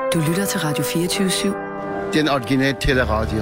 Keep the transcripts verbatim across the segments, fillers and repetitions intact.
Du lytter til Radio fireogtyve syv. Den originale teleradio.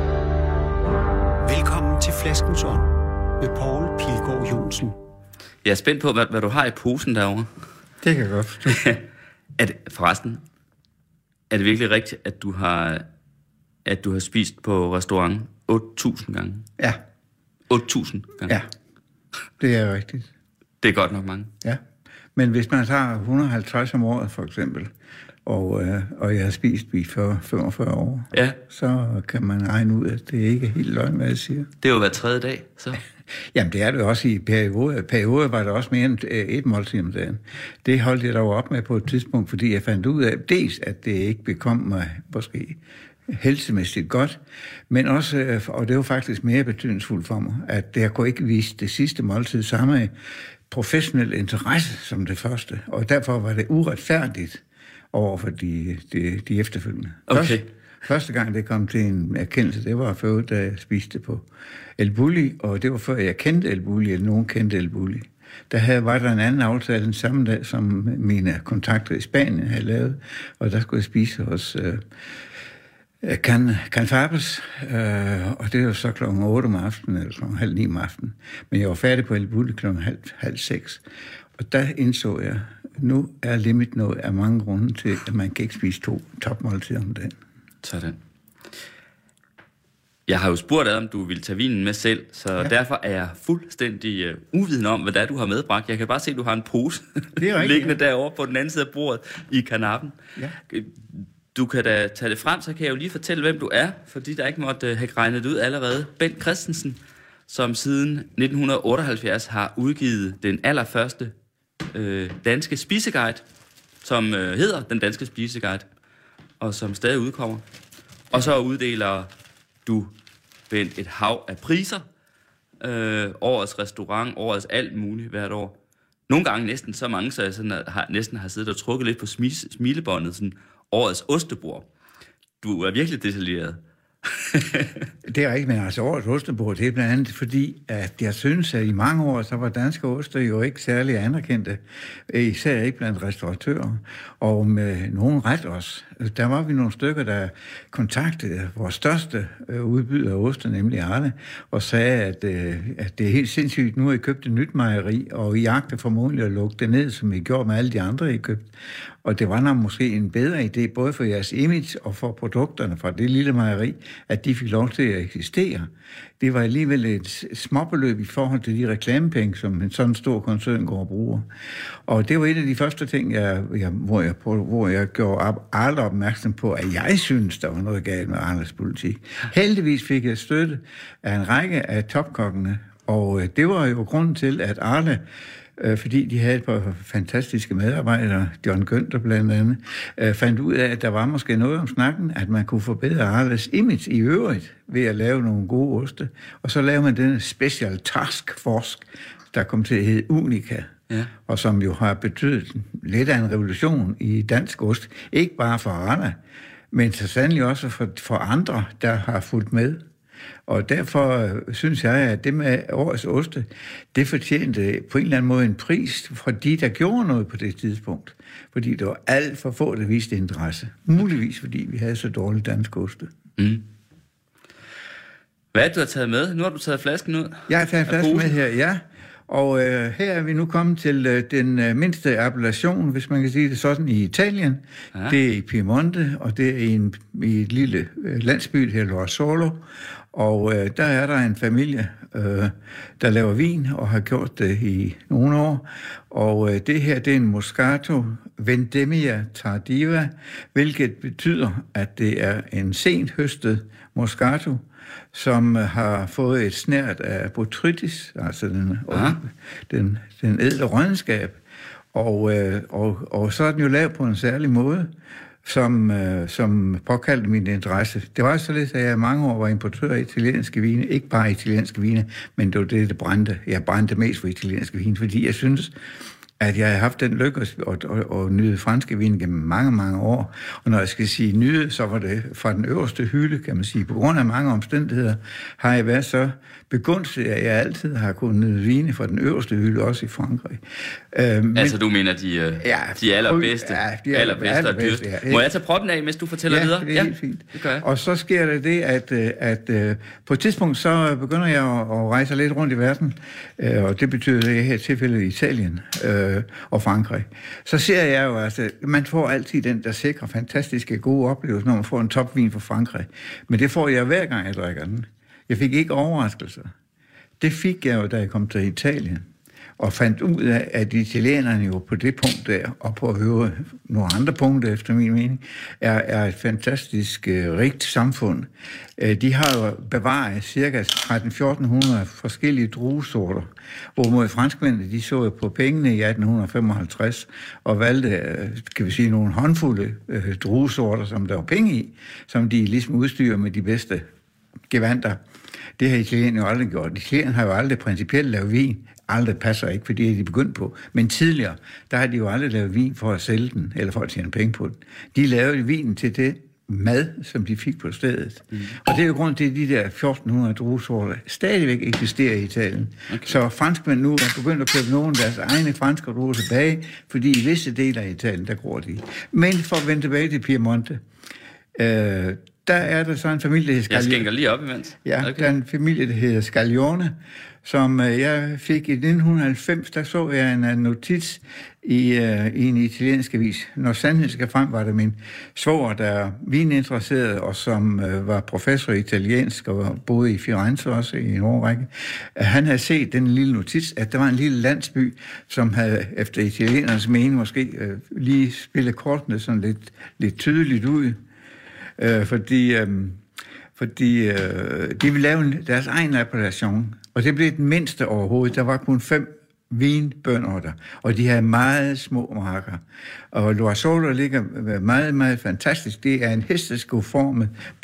Velkommen til Flaskens Ånd med Poul Pilgaard Johnsen. Jeg er spændt på, hvad, hvad du har i posen derovre. Det kan jeg godt forstå. er det, forresten, er det virkelig rigtigt, at du har, at du har spist på restaurant otte tusind gange? Ja. otte tusind gange? Ja, det er rigtigt. Det er godt nok mange. Ja, men hvis man tager et hundrede og halvtreds om året for eksempel, og, øh, og jeg har spist i femogfyrre år, ja. Så kan man regne ud, at det ikke er helt løgn, hvad jeg siger. Det er jo hver tredje dag, så... Jamen, det er det også i perioder. Perioder var det også mere end et måltid om dagen. Det holdt jeg dog op med på et tidspunkt, fordi jeg fandt ud af, dels at det ikke bekom mig måske helsemæssigt godt, men også, og det var faktisk mere betydningsfuldt for mig, at jeg kunne ikke vise det sidste måltid samme professionel interesse som det første, og derfor var det uretfærdigt over for de, de, de efterfølgende. Okay. Først, første gang det kom til en erkendelse, det var før, da jeg spiste på El Bulli, og det var før jeg kendte El Bulli, eller nogen kendte El Bulli. Der havde, var der en anden aftale den samme dag, som mine kontakter i Spanien havde lavet, og der skulle jeg spise hos øh, Can, Can Fabes, øh, og det var så klokken otte om aftenen, eller klokken halv ni om aftenen. Men jeg var færdig på El Bulli klokken halv, halv seks, og der indså jeg, nu er limit nået af mange grunde til, at man kan ikke spise to topmåltider om dagen. Sådan. Jeg har jo spurgt dig, om du ville tage vinen med selv, så ja. Derfor er jeg fuldstændig uh, uviden om, hvad det er, du har medbragt. Jeg kan bare se, at du har en pose liggende derovre på den anden side af bordet i kanappen. Ja. Du kan da tage det frem, så kan jeg jo lige fortælle, hvem du er, fordi der ikke måtte uh, have regnet ud allerede. Bent Christensen, som siden nitten otteoghalvfjerds har udgivet den allerførste uh, danske spiseguide, som uh, hedder Den Danske Spiseguide, og som stadig udkommer. Og så uddeler du, Bent, et hav af priser. Øh, årets restaurant, årets alt muligt hvert år. Nogle gange næsten så mange, så jeg sådan har, næsten har siddet og trukket lidt på smis, smilebåndet, sådan årets ostebord. Du er virkelig detaljeret. Det er ikke, men altså årets ostebord, det er blandt andet fordi, at jeg synes, at i mange år, så var danske oster jo ikke særlig anerkendte, især ikke blandt restauratører, og med nogen ret også. Der var vi nogle stykker, der kontaktede vores største udbyder af oster, nemlig Arla, og sagde, at, at det er helt sindssygt, nu har I købt et nyt mejeri, og I jagter formodentlig at lukke det ned, som I gjorde med alle de andre, I købt. Og det var nok måske en bedre idé, både for jeres image og for produkterne fra det lille mejeri, at de fik lov til at eksistere. Det var alligevel et småbeløb i forhold til de reklamepenge, som en sådan stor koncern går og bruger. Og det var et af de første ting, jeg, jeg, hvor, jeg, hvor jeg gjorde Arla opmærksom på, at jeg synes, der var noget galt med Arlas politik. Heldigvis fik jeg støtte af en række af topkokkene, og det var jo grunden til, at Arla, fordi de havde et par fantastiske medarbejdere, John Günther blandt andet, øh, fandt ud af, at der var måske noget om snakken, at man kunne forbedre Arlas image i øvrigt ved at lave nogle gode oste. Og så lavede man den Special Task Force, der kom til at hedde Unica, ja. Og som jo har betydet lidt af en revolution i dansk ost. Ikke bare for Arla, men så sandelig også for, for andre, der har fulgt med. Og derfor synes jeg, at det med årets oste, det fortjente på en eller anden måde en pris for de, der gjorde noget på det tidspunkt. Fordi det var alt for få, der viste interesse. Muligvis fordi vi havde så dårlig dansk oste. Mm. Hvad er det, du har taget med? Nu har du taget flasken ud. Jeg har taget flasken med her, ja. Og øh, her er vi nu kommet til øh, den øh, mindste appellation, hvis man kan sige det sådan, i Italien. Ja. Det er i Piemonte, og det er i, en, i et lille øh, landsby, her Lorsolo. Og øh, der er der en familie, øh, der laver vin, og har gjort det i nogle år. Og øh, det her, det er en Moscato Vendemmia Tardiva, hvilket betyder, at det er en sent høstet Moscato, som har fået et snært af botrytis, altså den, og, den, den ædle rådenskab. Og, øh, og, og så er den jo lavet på en særlig måde, som, øh, som påkaldte min interesse. Det var således, at jeg i mange år var importør af italienske vine. Ikke bare italienske vine, men det var det, det brændte. Jeg brændte mest for italienske vine, fordi jeg synes, at jeg har haft den lykke at, at, at, at nyde franske vin gennem mange, mange år. Og når jeg skal sige nyde, så var det fra den øverste hylde, kan man sige. På grund af mange omstændigheder har jeg været så begunstiget, at jeg altid har kunnet nyde vine fra den øverste hylde, også i Frankrig. Øh, men, altså du mener de, ja, de allerbedste, ja, de allerbedste, allerbedste og dyreste. Må jeg tage proppen af, mens du fortæller ja, videre? Det er ja, helt fint. Det gør jeg. Og så sker der det, at, at, at på et tidspunkt så begynder jeg at, at rejse lidt rundt i verden, og det betyder det her tilfælde i Italien øh, og Frankrig. Så ser jeg jo, altså, man får altid den der sikre, fantastiske, gode oplevelse, når man får en topvin fra Frankrig. Men det får jeg hver gang, jeg drikker den. Jeg fik ikke overraskelser. Det fik jeg jo, da jeg kom til Italien, og fandt ud af, at italienerne jo på det punkt der, og på øvrigt nogle andre punkter, efter min mening, er, er et fantastisk uh, rigt samfund. Uh, de har jo bevaret cirka tretten til fjorten hundrede forskellige druesorter, hvorimod franskmændene, de så jo på pengene i atten femoghalvtreds, og valgte, skal vi sige, nogle håndfulde uh, druesorter, som der var penge i, som de ligesom udstyrer med de bedste gevanter. Det har italienerne jo aldrig gjort. Italienerne har jo aldrig principielt lavet vin. Aldrig passer ikke, for det er de begyndt på. Men tidligere, der har de jo aldrig lavet vin for at sælge den, eller for at tjene penge på den. De lavede vinen til det mad, som de fik på stedet. Mm. Og det er jo grund til, at de der fjorten hundrede druesorter stadigvæk eksisterer i Italien. Okay. Så franskmænd nu er begyndt at købe nogle af deres egne franske druer tilbage, fordi i visse dele af Italien, der gror de. Men for at vende tilbage til Piemonte, øh, der er der så en familie, der hedder Scaglione. Jeg skænker lige op imens. Ja, okay. Der er en familie, der hedder Scaglione, som øh, jeg fik i nitten halvfems, der så jeg en, en notits i, øh, i en italiensk avis. Når sandheden skal frem, var det min svoger, der er vininteresseret, og som øh, var professor i italiensk, og boede i Firenze også i en årrække. Han havde set den lille notits, at der var en lille landsby, som havde, efter italienernes mening, måske øh, lige spillet kortene sådan lidt, lidt tydeligt ud. Øh, fordi øh, fordi øh, de ville lave deres egen appellation, og det blev den mindste overhovedet. Der var kun fem vinbønder der, og de havde meget små marker. Og Loazzolo ligger meget, meget fantastisk. Det er en hesteskoformet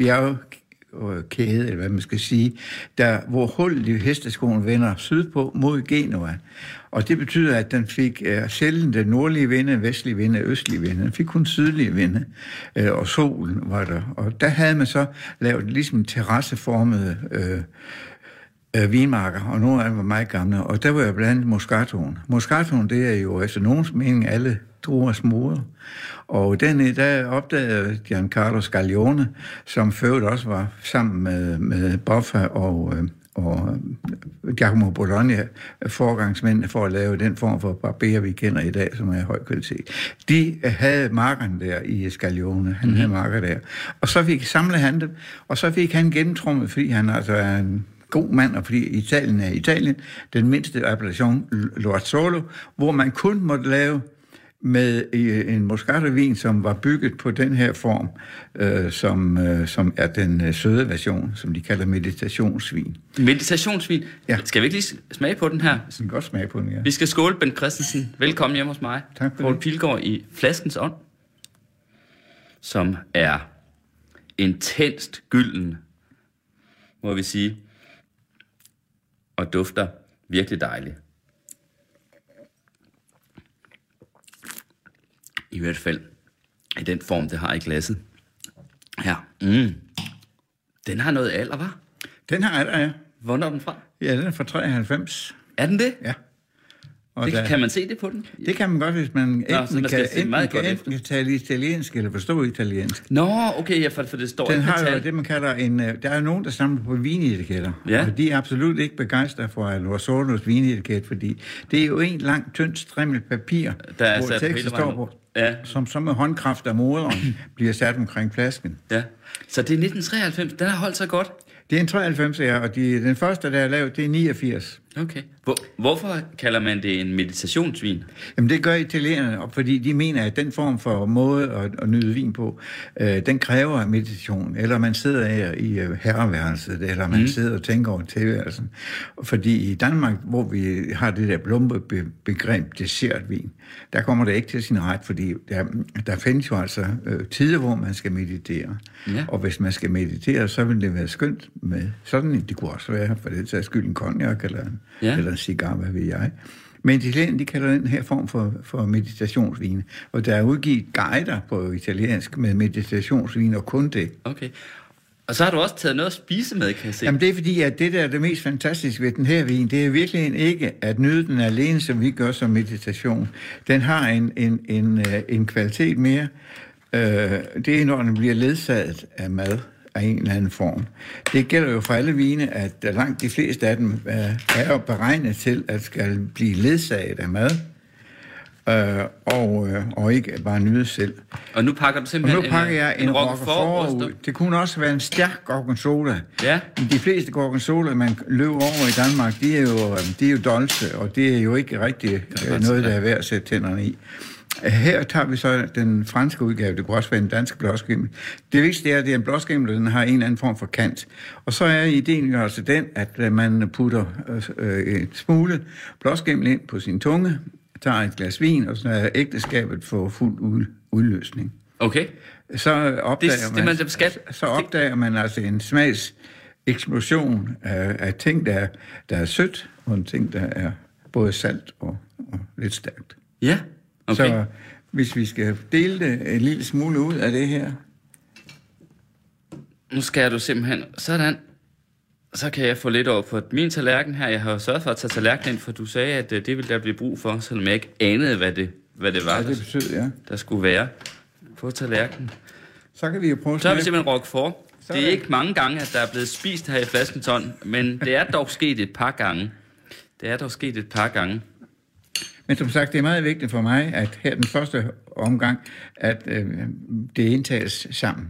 bjergkæde, eller hvad man skal sige, der, hvor hullet i hesteskoen vender sydpå mod Genova. Og det betyder, at den fik uh, sjældent den nordlige vinde, vestlige vinde, østlige vinde. Den fik kun sydlige vinde, uh, og solen var der. Og der havde man så lavet ligesom terrasseformede uh, uh, vinmarker, og nogle af dem var meget gamle. Og der var jo blandt andet Moscatoen. Moscatoen, det er jo efter nogens mening alle druers moder. Og den, der opdagede Giancarlo Scaglione, som før også var sammen med, med Boffa og... Uh, og Giacomo Bologna, forgangsmændene for at lave den form for barber, vi kender i dag, som er høj kvalitet. De havde markerne der i Scaglione. Han mm-hmm. havde marker der. Og så fik samlet han dem, og så fik han gennemtrummet, fordi han altså er en god mand, og fordi Italien er Italien, den mindste appellation, Loazzolo, hvor man kun måtte lave med en Moscato-vin, som var bygget på den her form, øh, som, øh, som er den øh, søde version, som de kalder meditationsvin. Meditationsvin? Ja. Skal vi ikke lige smage på den her? Vi kan godt smage på den, ja. Vi skal skåle, Bent Christensen. Velkommen hjemme hos mig. Tak for Poul det. Pilgaard i Flaskens Ånd, som er intenst gylden, må vi sige, og dufter virkelig dejligt. I hvert fald i den form, det har i glasset. Her. Mm. Den har noget alder, hva'? Den har alder, ja. Hvornår er den fra? Ja, den er fra treoghalvfems. Er den det? Ja. Og det, der, kan man se det på den? Det kan man godt, hvis man enten, Nå, man kan, enten, meget kan, godt enten kan tale italiensk eller forstå italiensk. Nå, okay, ja, for, for det står den ikke har jo det, man kalder en... Der er nogen, der samler på vinetiketter, ja. Og de er absolut ikke begejstrede for Loazzolos vinetiket, fordi det er jo en lang, tynd strimmel papir, der er hvor teksten står på, ja. som så med håndkraft af moderen bliver sat omkring flasken. Ja, så det er nitten treoghalvfems, den har holdt sig godt. Det er en treoghalvfems, ja, og de, den første, der er lavet, det er niogfirs. Okay. Hvor, hvorfor kalder man det en meditationsvin? Jamen, det gør italienerne, fordi de mener, at den form for måde at, at nyde vin på, øh, den kræver meditation. Eller man sidder her i øh, herreværelset, eller man mm. sidder og tænker over tilværelsen. Fordi i Danmark, hvor vi har det der blumpe begreb dessertvin, der kommer det ikke til sin ret, fordi der, der findes jo altså øh, tider, hvor man skal meditere. Ja. Og hvis man skal meditere, så vil det være skønt med sådan en, det kunne også være, for det tager skyld en cognac eller en, ja. eller en cigar, hvad ved jeg. Men italienerne, de kalder den her form for, for meditationsvin. Og der er udgivet guider på italiensk med meditationsvin, og kun det. Okay. Og så har du også taget noget at spise med, kan jeg se. Jamen det er fordi, at det der er det mest fantastiske ved den her vin, det er virkelig ikke at nyde den alene, som vi gør som meditation. Den har en, en, en, en kvalitet mere. Øh, det er, når den bliver ledsaget af mad af en eller anden form. Det gælder jo for alle vine, at langt de fleste af dem øh, er jo beregnet til at skal blive ledsaget af mad. Øh, og, øh, og ikke bare nyde selv. Og nu pakker du simpelthen og nu pakker en, jeg en, en Roquefort ud. Det kunne også være en stærk gorgonzola. Ja. De fleste gorgonzola, man løber over i Danmark, de er jo, de er jo dolce, og det er jo ikke rigtig øh, noget, der er værd at sætte tænderne i. Her tager vi så den franske udgave, det kunne også være en dansk blåskimmel. Det vigtigste er, at det er en blåskimmel, den har en eller anden form for kant. Og så er ideen jo altså den, at man putter øh, et smule blåskimmel ind på sin tunge, tager et glas vin, og så er ægteskabet for fuld udløsning. Okay. Så opdager, det, man, det, man, skal... så opdager man altså en smags eksplosion af, af ting, der, der er sødt, og en ting, der er både salt og, og lidt stærkt. Ja, okay. Så hvis vi skal dele det en lille smule ud af det her. Nu skal du simpelthen sådan... Så kan jeg få lidt over på min tallerken her. Jeg har jo sørget for at tage tallerkenen ind, for du sagde, at det ville der blive brug for, selvom jeg ikke anede, hvad det, hvad det var, ja, det betød, ja. der skulle være på tallerkenen. Så kan vi jo prøve... Så har vi simpelthen Roquefort. Det er ikke mange gange, at der er blevet spist her i Flaskenton, men det er dog sket et par gange. Det er dog sket et par gange. Men som sagt, det er meget vigtigt for mig, at her den første omgang, at øh, det indtages sammen.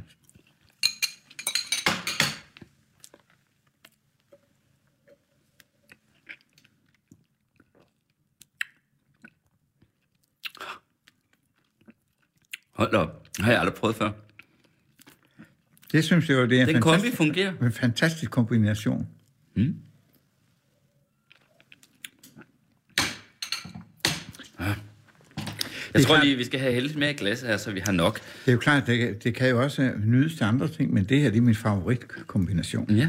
Hold op. Det har jeg aldrig prøvet før. Det synes jeg jo, det er Den kombi fungerer. En fantastisk kombination. Mm. Ja. Jeg tror lige, vi skal have heldigt mere glas her, så vi har nok. Det er jo klart, det, det kan jo også nydes til andre ting, men det her det er min favoritkombination. Ja.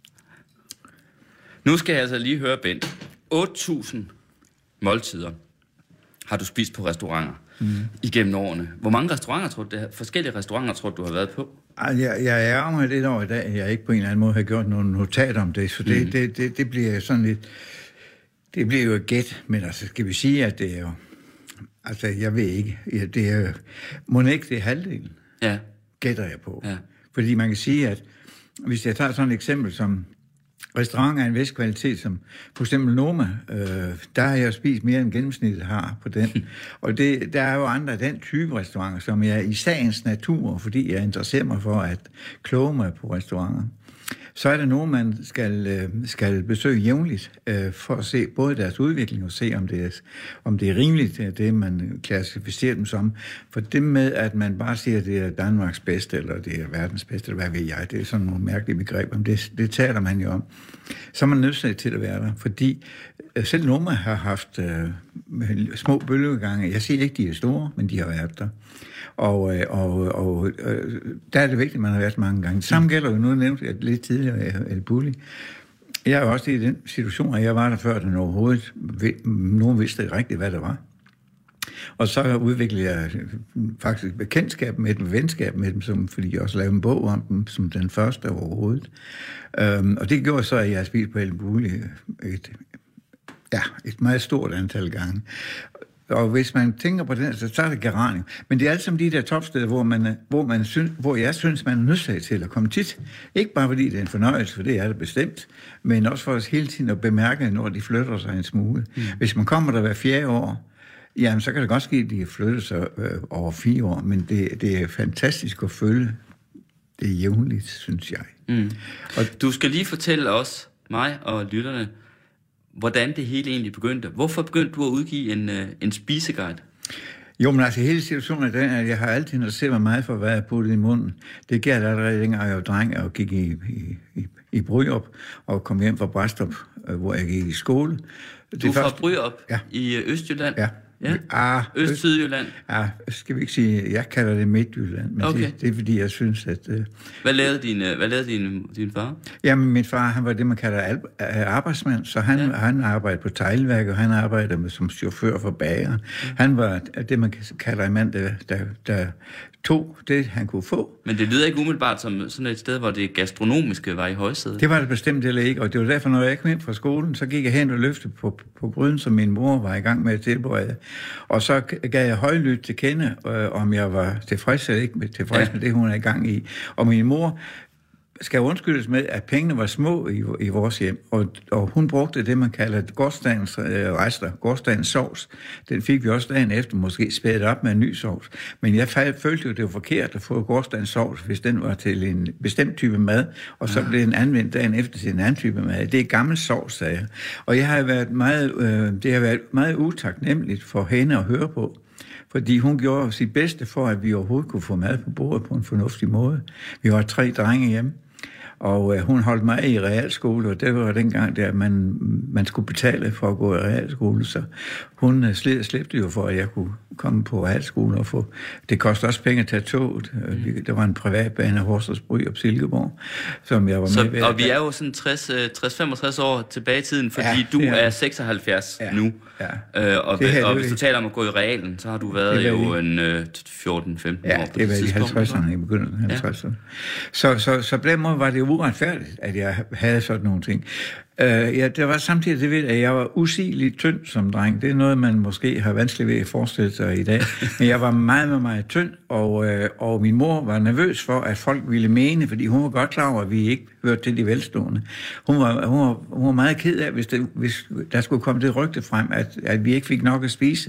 Nu skal jeg altså lige høre, Bent. otte tusind måltider har du spist på restauranter mm. igennem årene. Hvor mange restauranter tror du, det forskellige restauranter tror du, du har været på? Jeg, jeg ærger mig lidt over i dag, at jeg ikke på en eller anden måde har gjort nogle notater om det, så det, mm. det, det, det bliver sådan lidt... Det bliver jo et gæt, men altså skal vi sige, at det er jo... Altså, jeg ved ikke. Ja, det er jo... Må ikke det er halvdelen? Ja. Gætter jeg på. Ja. Fordi man kan sige, at hvis jeg tager sådan et eksempel som... Restaurant af en vis kvalitet, som for eksempel Noma, øh, der har jeg spist mere end gennemsnittet har på den. Og det, der er jo andre af den type restauranter, som jeg i sagens natur, fordi jeg interesserer mig for at kloge mig på restauranter, så er det nogen, man skal, skal besøge jævnligt øh, for at se både deres udvikling og se, om det er, om det er rimeligt, det, det man klassificerer dem som. For det med, at man bare siger, at det er Danmarks bedste, eller det er verdens bedste, eller hvad ved jeg, det er sådan nogle mærkelige begreber, det, det taler man jo om. Så er man nødt til at være der, fordi selv Noma har haft øh, små bølgegange. Jeg siger ikke, de er store, men de har været der. Og, og, og øh, der er det vigtigt, at man har været mange gange. Det samme gælder jo, nu nævnte jeg lidt tidligere, El Bulli. Jeg er jo også i den situation, at jeg var der før, den overhovedet nogen vidste ikke rigtigt, hvad det var. Og så udviklede jeg faktisk bekendtskab med dem, venskab med dem, som, fordi jeg også lavede en bog om dem, som den første overhovedet. Um, og det gjorde så, at jeg har spist på El Bulli et, ja, et meget stort antal gange. Og hvis man tænker på den, så er det geranium. Men det er alt sammen de der topsteder, hvor, man, hvor, man synes, hvor jeg synes, man er nødt til at komme tit. Ikke bare fordi det er en fornøjelse, for det er det bestemt, men også for os hele tiden at bemærke, når de flytter sig en smule. Mm. Hvis man kommer der hver fjerde år, jamen så kan det godt ske, at de flytter sig øh, over fire år, men det, det er fantastisk at følge det jævnligt, synes jeg. Mm. Og du skal lige fortælle os, mig og lytterne, hvordan det hele egentlig begyndte. Hvorfor begyndte du at udgive en, en spiseguide? Jo, men altså hele situationen er den, at jeg har altid interesseret mig meget for, hvad jeg puttede i munden. Det gælder allerede dengang jeg var dreng og gik i, i, i, i Bryrup og kom hjem fra Brædstrup, hvor jeg gik i skole. Du er fra Bryrup ja. i Østjylland? Ja. Ja, ah, Øst-Sydjylland. Ja, skal vi ikke sige, jeg kalder det Midtjylland, men okay. det, det er fordi, jeg synes, at... Uh... Hvad lavede din, hvad lavede din, din far? Jamen, min far, han var det, man kalder al- arbejdsmand, så han, ja. han arbejdede på teglværk, og han arbejdede med, som chauffør for bageren. Ja. Han var det, man kalder en mand, der, der, der tog det, han kunne få. Men det lyder ikke umiddelbart som sådan et sted, hvor det gastronomiske var i højsædet. Det var det bestemt heller ikke, og det var derfor, når jeg kom ind fra skolen, så gik jeg hen og løftede på, på gryden, som min mor var i gang med at tilberede. Og så gav jeg højlydt til kende, øh, om jeg var tilfreds eller ikke tilfreds ja. med det, hun er i gang i. Og min mor skal undskyldes med, at pengene var små i, i vores hjem, og, og hun brugte det, man kalder gårdsdagens øh, rester, gårdsdagens sovs. Den fik vi også dagen efter, måske spædet op med en ny sovs. Men jeg følte jo, det var forkert at få gårdsdagens sovs, hvis den var til en bestemt type mad, og så ja. blev den anvendt dagen efter til en anden type mad. Det er gammel sovs, sagde jeg. Og jeg har været meget, øh, det har været meget utaknemmeligt for hende at høre på. Fordi hun gjorde sit bedste for, at vi overhovedet kunne få mad på bordet på en fornuftig måde. Vi var tre drenge hjemme, og øh, hun holdt mig i realskole, og det var dengang, der man, man skulle betale for at gå i realskole, så hun øh, slæbte jo for, at jeg kunne komme på realskole og få... Det kostede også penge at tage toget. Mm. Der var en privatbane af Horsens Bry op Silkeborg, som jeg var så, med ved. Og vi er jo sådan tres til femogtres år tilbage i tiden, fordi ja, du er, er seksoghalvfjerds ja, nu. Ja. Øh, og det og hvis du taler om at gå i realen, så har du været jo en øh, fjorten femten ja, år på det det var i halvtredserne, i begyndelsen af halvtredserne. Ja. Så, så, så på den måde var det uretfærdigt, at jeg havde sådan nogle ting. Uh, ja, det var samtidig det ved, at jeg var usigeligt tynd som dreng. Det er noget, man måske har vanskeligt ved at forestille sig i dag. Men jeg var meget, meget, meget tynd, og, uh, og min mor var nervøs for, at folk ville mene, fordi hun var godt klar over, at vi ikke hørte til de velstående. Hun var, hun var, hun var meget ked af, hvis, det, hvis der skulle komme det rygte frem, at, at vi ikke fik nok at spise.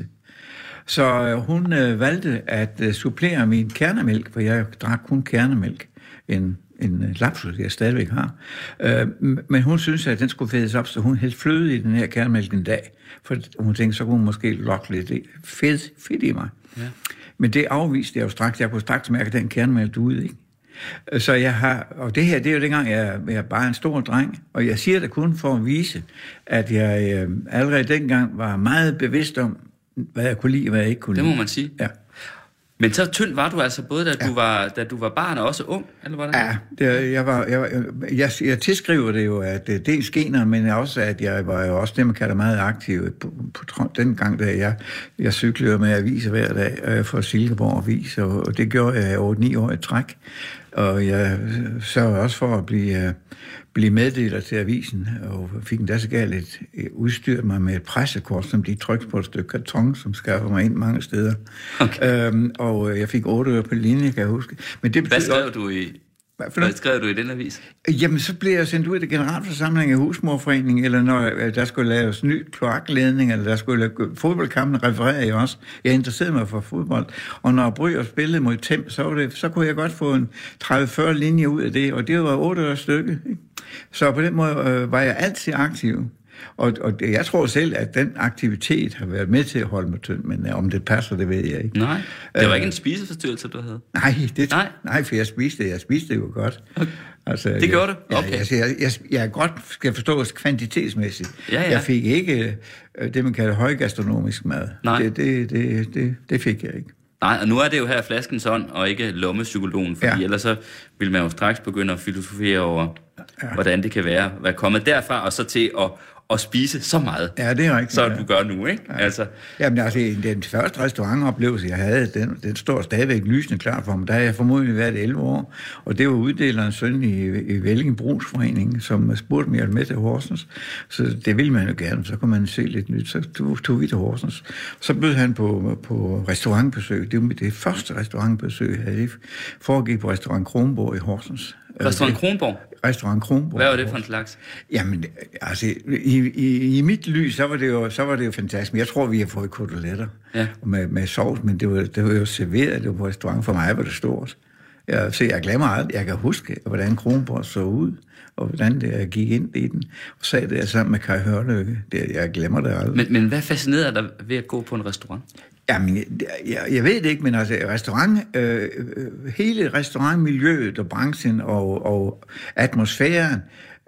Så uh, hun uh, valgte at uh, supplere min kernemælk, for jeg drak kun kernemælk, en en lapsus, jeg stadigvæk har. Øh, men hun synes, at den skulle fædes op, så hun hældte fløde i den her kernemælk en dag. For hun tænkte, så kunne hun måske lokke lidt fedt, fedt i mig. Ja. Men det afviste jeg jo straks. Jeg kunne straks mærke, at den kernemælk ud, ikke? Så jeg har, og det her, det er jo dengang, jeg, jeg er bare en stor dreng, og jeg siger det kun for at vise, at jeg øh, allerede dengang var meget bevidst om, hvad jeg kunne lide, og hvad jeg ikke kunne lide. Det må man sige. Ja. Men så tynd var du altså både, da, ja. du, var, da du var barn og også ung, eller hvordan? Ja, det, jeg, var, jeg, jeg, jeg tilskriver det jo, at det er gener, men også, at jeg var jo også det, man kalder meget aktiv på, på den gang, da jeg, jeg cyklede med aviser hver dag for Silkeborg Avis, og, og det gjorde jeg otte ni år i træk. Og jeg sørgede også for at blive, blive meddeler til avisen, og fik endda så galt et, udstyret mig med et pressekort, som de trykte på et stykke karton, som skaffer mig ind mange steder. Okay. Øhm, og jeg fik otte øre på linje, kan jeg huske. Men det Hvad skrev du i... Hvad, Hvad skrev du i den avis? Jamen, så blev jeg sendt ud til generalforsamling af Husmorforeningen, eller når der skulle laves ny kloakledning, eller der skulle lave fodboldkampen, refererer jeg også. Jeg interesserede mig for fodbold. Og når Bryger spillede mod Tem, så, var det, så kunne jeg godt få en tredive fyrre linjer ud af det, og det var otte øre stykke. Ikke? Så på den måde øh, var jeg altid aktiv. Og, og jeg tror selv, at den aktivitet har været med til at holde mig tynd, men om det passer, det ved jeg ikke. Nej, det var ikke en spiseforstyrrelse, du havde? Nej, det, nej. nej for jeg spiste jeg spiste det jo godt. Okay. Altså, det gjorde du? Okay. Ja, altså, jeg, jeg, jeg godt skal forstås kvantitetsmæssigt. Ja, ja. Jeg fik ikke øh, det, man kalder højgastronomisk mad. Nej. Det, det, det, det, det fik jeg ikke. Nej, og nu er det jo her flaskens ånd, og ikke lommepsykologen, fordi ja. ellers så vil man jo straks begynde at filosofere over, ja. hvordan det kan være, hvad kommet derfra, og så til at, at spise så meget, ja, det er rigtigt, så ja. du gør nu, ikke? Ja. Altså. Jamen altså, den første restaurantoplevelse, jeg havde, den, den står stadigvæk lysende klar for mig. Der har jeg formodentlig været elleve år, og det var uddelerens søn i, i Velling Brugsforening, som spurgte mig med til Horsens. Så det ville man jo gerne, så kunne man se lidt nyt. Så tog, tog vi til Horsens. Så bød han på, på restaurantbesøg. Det var det første restaurantbesøg, jeg havde foregik på restaurant Kronborg i Horsens. Restaurant Kronborg? Restaurant Kronborg. Hvad var det for en slags? Jamen, altså, i, i, i mit lys, så var, det jo, så var det jo fantastisk. Jeg tror, vi har fået koteletter ja. med, med sovs, men det var, det var jo serveret, det var på restaurant. For mig var det stort. Jeg, så jeg glemmer aldrig, jeg kan huske, hvordan Kronborg så ud, og hvordan det, jeg gik ind i den, og sagde det sammen med Kai Hørløkke. Det, jeg glemmer det aldrig. Men, men hvad fascinerer dig ved at gå på en restaurant? Jamen, jeg, jeg ved det ikke, men altså restaurant, øh, hele restaurantmiljøet og branchen og, og atmosfæren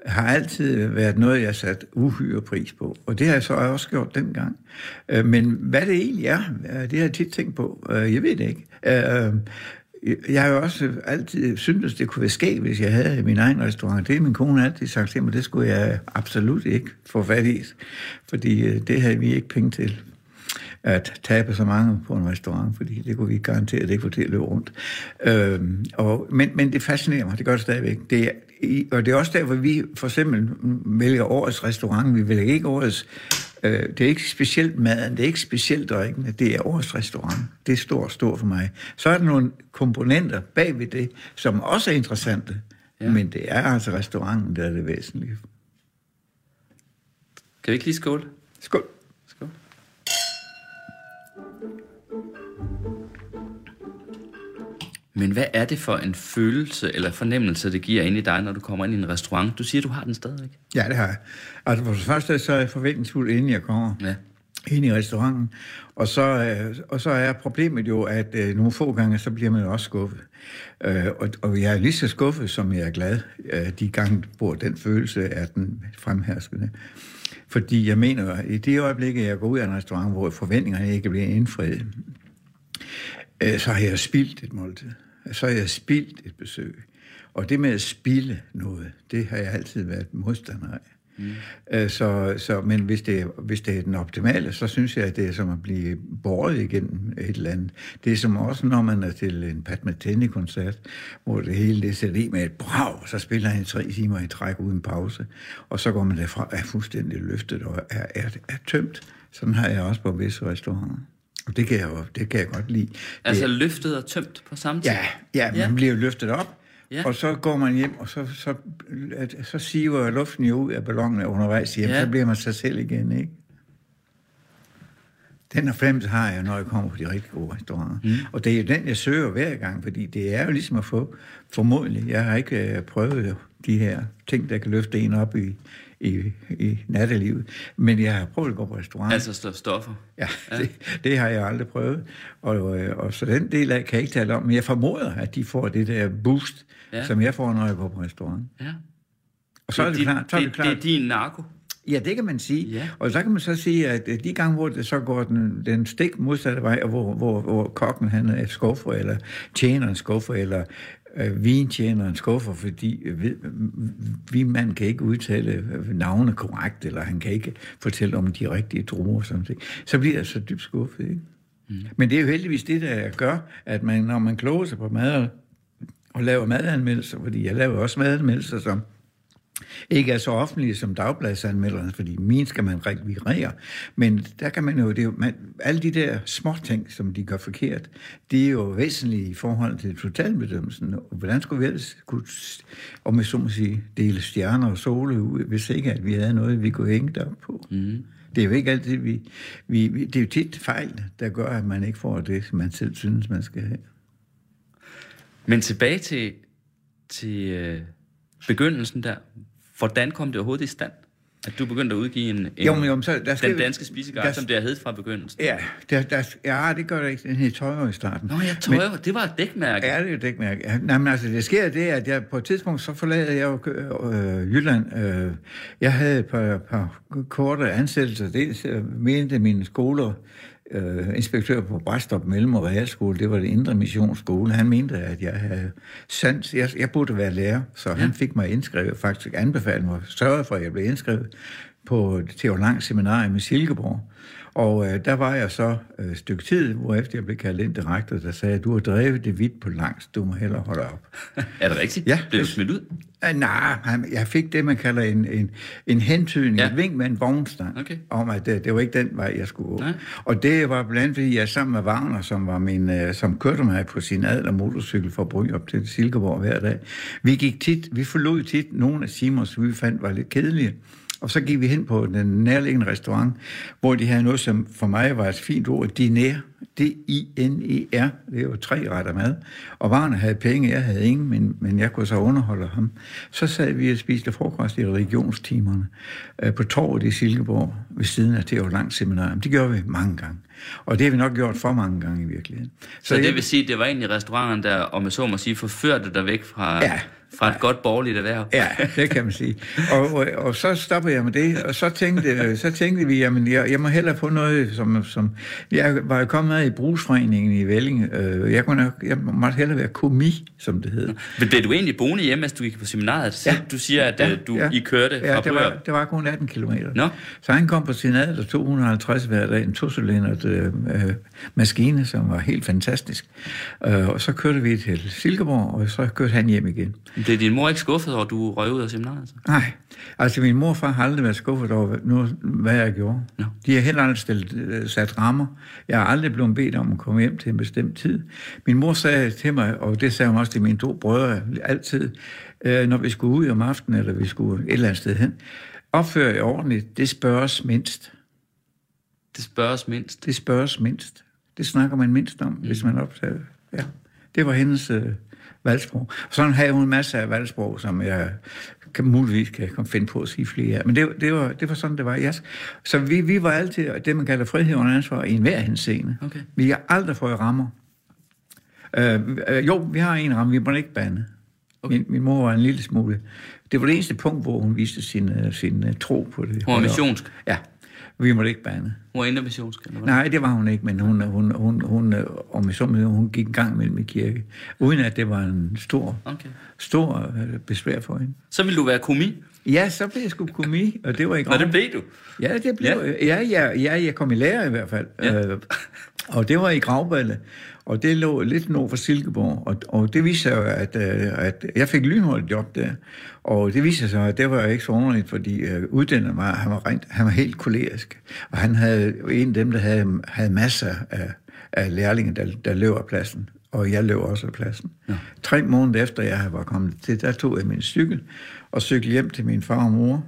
har altid været noget, jeg har sat uhyre pris på. Og det har jeg så også gjort dengang. Men hvad det egentlig er, det har jeg tit tænkt på. Jeg ved det ikke. Jeg har jo også altid syntes, det kunne være skægt, hvis jeg havde min egen restaurant. Det er min kone altid sagt til mig, det skulle jeg absolut ikke få fat i. Fordi det havde vi ikke penge til. At tabe så mange på en restaurant, fordi det kunne vi garantere, at det ikke få til at løbe rundt. Øhm, og, men, men det fascinerer mig, det gør det stadigvæk. Det er, og det er også derfor, vi for eksempel vælger årets restaurant. Vi vælger ikke årets... Øh, det er ikke specielt maden, det er ikke specielt drikkende, det er årets restaurant. Det er stort, stort for mig. Så er der nogle komponenter bag ved det, som også er interessante, ja. Men det er altså restauranten, der er det væsentlige. Kan vi ikke lige skåle? Skål. Skål. Men hvad er det for en følelse eller fornemmelse, det giver ind i dig, når du kommer ind i en restaurant? Du siger, du har den stadigvæk. Ja, det har jeg. Altså for det første, så er jeg forventningsfuld, inden jeg kommer ja. ind i restauranten. Og så, og så er problemet jo, at øh, nogle få gange, så bliver man også skuffet. Øh, og, og jeg er lige så skuffet, som jeg er glad, øh, de gange, hvor den følelse er den fremherskende. Fordi jeg mener, at i det øjeblik, jeg går ud af en restaurant, hvor forventningerne ikke bliver indfriet, øh, så har jeg spildt et måltid. Så har jeg spildt et besøg. Og det med at spilde noget, det har jeg altid været modstander af. Mm. Så, så, men hvis det, hvis det er den optimale, så synes jeg, at det er som at blive båret igennem et eller andet. Det er som også, når man er til en Pat Metheny-koncert, hvor det hele det sætter i med et brag, så spiller han tre timer i træk uden pause, og så går man derfra er fuldstændig løftet og er, er, er tømt. Sådan har jeg også på visse restauranter. Og det kan jeg, jo, det kan jeg godt lide. Altså det, løftet og tømt på samme tid? Ja, ja, man ja. bliver løftet op. Ja. Og så går man hjem, og så, så, så siver luften jo ud af ballonen undervejs hjem, ja. Så bliver man sig selv igen, ikke? Den fornemmelse har jeg, når jeg kommer på de rigtig gode restauranter. Mm. Og det er jo den, jeg søger hver gang, fordi det er jo ligesom at få, formodentlig, jeg har ikke uh, prøvet de her ting, der kan løfte en op i, i, i nattelivet, men jeg har prøvet at gå på restaurant. Altså stoffer? Ja, ja. Det, det har jeg aldrig prøvet, og, og så den del af kan jeg ikke tale om, men jeg formoder, at de får det der boost, ja. Som jeg får, når jeg går på restaurant. Ja. Og så er det, det klart. Så er det, klart. Det er din narko? Ja, det kan man sige. Ja. Og så kan man så sige, at de gange, hvor det så går den, den stik modsatte vej, og hvor, hvor, hvor kokken han er skuffer, eller tjeneren skuffer, eller øh, vintjeneren skuffer, fordi øh, vinmanden kan ikke udtale navne korrekt, eller han kan ikke fortælle om de rigtige druer, sådan ting. Så bliver jeg så dybt skuffet, ikke? Mm. Men det er jo heldigvis det, der gør, at man, når man kloger sig på mad og laver madanmeldelser, fordi jeg laver også madanmeldelser, som ikke er så offentlige som dagbladsanmelderne, fordi min skal man rekvirere. Men der kan man jo, det er jo man, alle de der små ting, som de gør forkert, det er jo væsentlige i forhold til totalbedømmelsen. Og hvordan skulle vi ellers kunne, om jeg så må sige, dele stjerner og sole ud, hvis ikke at vi havde noget, vi kunne hænge derop på. Mm. Det er jo ikke altid, vi, vi, vi... Det er jo tit fejl, der gør, at man ikke får det, som man selv synes, man skal have. Men tilbage til, til øh, begyndelsen der. Hvordan kom det overhovedet i stand, at du begyndte at udgive en, en jo, jo, så der skal, den danske spiseguide, som det har heddet fra begyndelsen? Ja, der, der, ja, det gør det ikke. Den hed Tøjre i starten. Nå ja, Tøjre, det var et dækmærke. Ja, det er et dækmærke. Ja, nej, men altså, det sker det, at jeg på et tidspunkt, så forladede jeg jo øh, Jylland. Øh, jeg havde et par, par korte ansættelser. Dels øh, mente mine skoler, Uh, inspektør på Brædstrup Mellem- og Realskole, det var det Indre Missionsskole. Han mente, at jeg havde sandt, jeg, jeg burde være lærer, så ja. Han fik mig indskrevet, faktisk anbefalede mig, sørgede for, at jeg blev indskrevet på Theodor Lang Seminarium i Silkeborg. Og uh, der var jeg så et uh, stykke tid, hvorefter jeg blev kaldt ind direkte, der sagde, at du har drevet det vidt på langs, du må hellere holde op. Er det rigtigt? Ja. Blev du smidt ud? Uh, nej, jeg fik det, man kalder en, en, en hentydning, ja. Et vink med en vognstang, okay. Om at det, det var ikke den vej, jeg skulle gå. Nej. Og det var blandt andet, fordi jeg sammen med Wagner, som, var min, uh, som kørte mig på sin adler motorcykel fra Bry op til Silkeborg hver dag. Vi gik tit, vi forlod tit nogle af timer, som vi fandt var lidt kedelige. Og så gik vi hen på den nærliggende restaurant, hvor de havde noget, som for mig var et fint ord, diner. D I N E R. Det er jo tre retter mad. Og Wagner havde penge, jeg havde ingen, men, men jeg kunne så underholde ham. Så sad vi og spiste frokost i religionstimerne øh, på torvet i Silkeborg, ved siden af Theodor Lang Seminarium. Det gjorde vi mange gange. Og det har vi nok gjort for mange gange i virkeligheden. Så, så det jeg, vil sige, det var egentlig restauranten, der, om jeg så må sige, forførte dig væk fra... Ja. Fra et godt borgerligt erhverv. Ja, det kan man sige. Og, og, og så stoppede jeg med det, og så tænkte, så tænkte vi, jamen, jeg, jeg må hellere på noget, som, som... Jeg var jo kommet med i brugsforeningen i Velling. Jeg, kunne, jeg måtte hellere være komi, som det hedder. Men blev du egentlig boende hjemme, mens du gik på seminariet? Ja. Du siger, at ja, du ja. I kørte fra Ja, det var, det var kun atten kilometer. Nå. Så han kom på seminatet, to hundrede og halvtreds hver dag, en tocylindret øh, maskine, som var helt fantastisk. Øh, og så kørte vi til Silkeborg, og så kørte han hjem igen. Blev din mor ikke skuffet over, at du røg ud af seminariet? Så? Nej, altså min mor og far har aldrig været skuffet over, nu, hvad jeg gjorde. No. De har heller aldrig stillet, sat rammer. Jeg har aldrig blevet bedt om at komme hjem til en bestemt tid. Min mor sagde til mig, og det sagde hun også til mine to brødre altid, øh, når vi skulle ud om aftenen, eller vi skulle et eller andet sted hen, opfør jer ordentligt, det spørges mindst. Det spørges mindst? Det spørges mindst. Det snakker man mindst om, mm. hvis man optager. Ja, det var hendes... Øh, valgsprog. Sådan havde hun masser af valgsprog, som jeg kan, muligvis kan finde på at sige flere af. Men det, det, var, det var sådan, det var. Yes. Så vi, vi var altid det, man kalder frihed under ansvar i enhver henseende. Okay. Vi har aldrig fået rammer. Øh, øh, jo, vi har en ramme, vi må ikke bande. Okay. Min, min mor var en lille smule. Det var det eneste punkt, hvor hun viste sin, sin uh, tro på det. Hun var missionsk? Ja. Vi måtte ikke bande. Hun var intermissionsk? Eller hvad? Nej, det var hun ikke, men hun, hun, hun, hun, hun, hun, hun gik en gang mellem i kirke, uden at det var en stor, okay. stor besvær for hende. Så ville du være komi? Ja, så blev jeg sgu komi, og det var ikke. Nå, det blev du? Ja, det blev ja. Ja, ja, ja, jeg kom i lære i hvert fald. Ja. Øh, og det var i Gravballe, og det lå lidt nord for Silkeborg, og, og det viste sig jo, at, at jeg fik lynhurtigt job der, og det viste sig, at det var ikke så underligt, fordi uh, uddanneren var, han var, rent, han var helt kolerisk, og han havde en af dem, der havde, havde masser af, af lærlinge, der, der løb af pladsen, og jeg løb også af pladsen. Ja. Tre måneder efter jeg var kommet til, der tog jeg min cykel og cyklede hjem til min far og mor,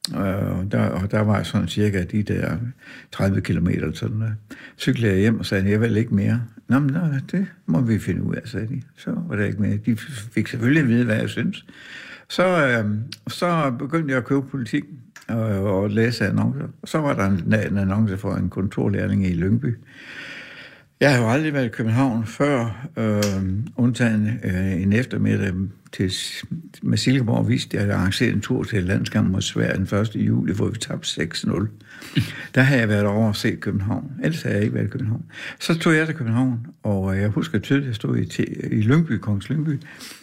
og der, og der var sådan cirka de der tredive kilometer eller sådan der. Cyklede jeg hjem og sagde, jeg vil ikke mere. Nå, men nå, det må vi finde ud af, sagde de. Så var det ikke mere. De fik selvfølgelig at vide, hvad jeg synes. Så, øh, så begyndte jeg at købe politik og, og læse annoncer. Så var der en, en annonce for en kontorlærling i Lyngby. Jeg har jo aldrig været i København før, øh, undtagen øh, en eftermiddag til, med Silkeborg viste, at jeg arrangerede en tur til landskamp mod Sverige den første juli, hvor vi tabte seks nul. Der har jeg været over og set København. Ellers har jeg ikke været i København. Så tog jeg til København, og jeg husker tydeligt, at jeg stod i, i Lyngby, Kongens Lyngby,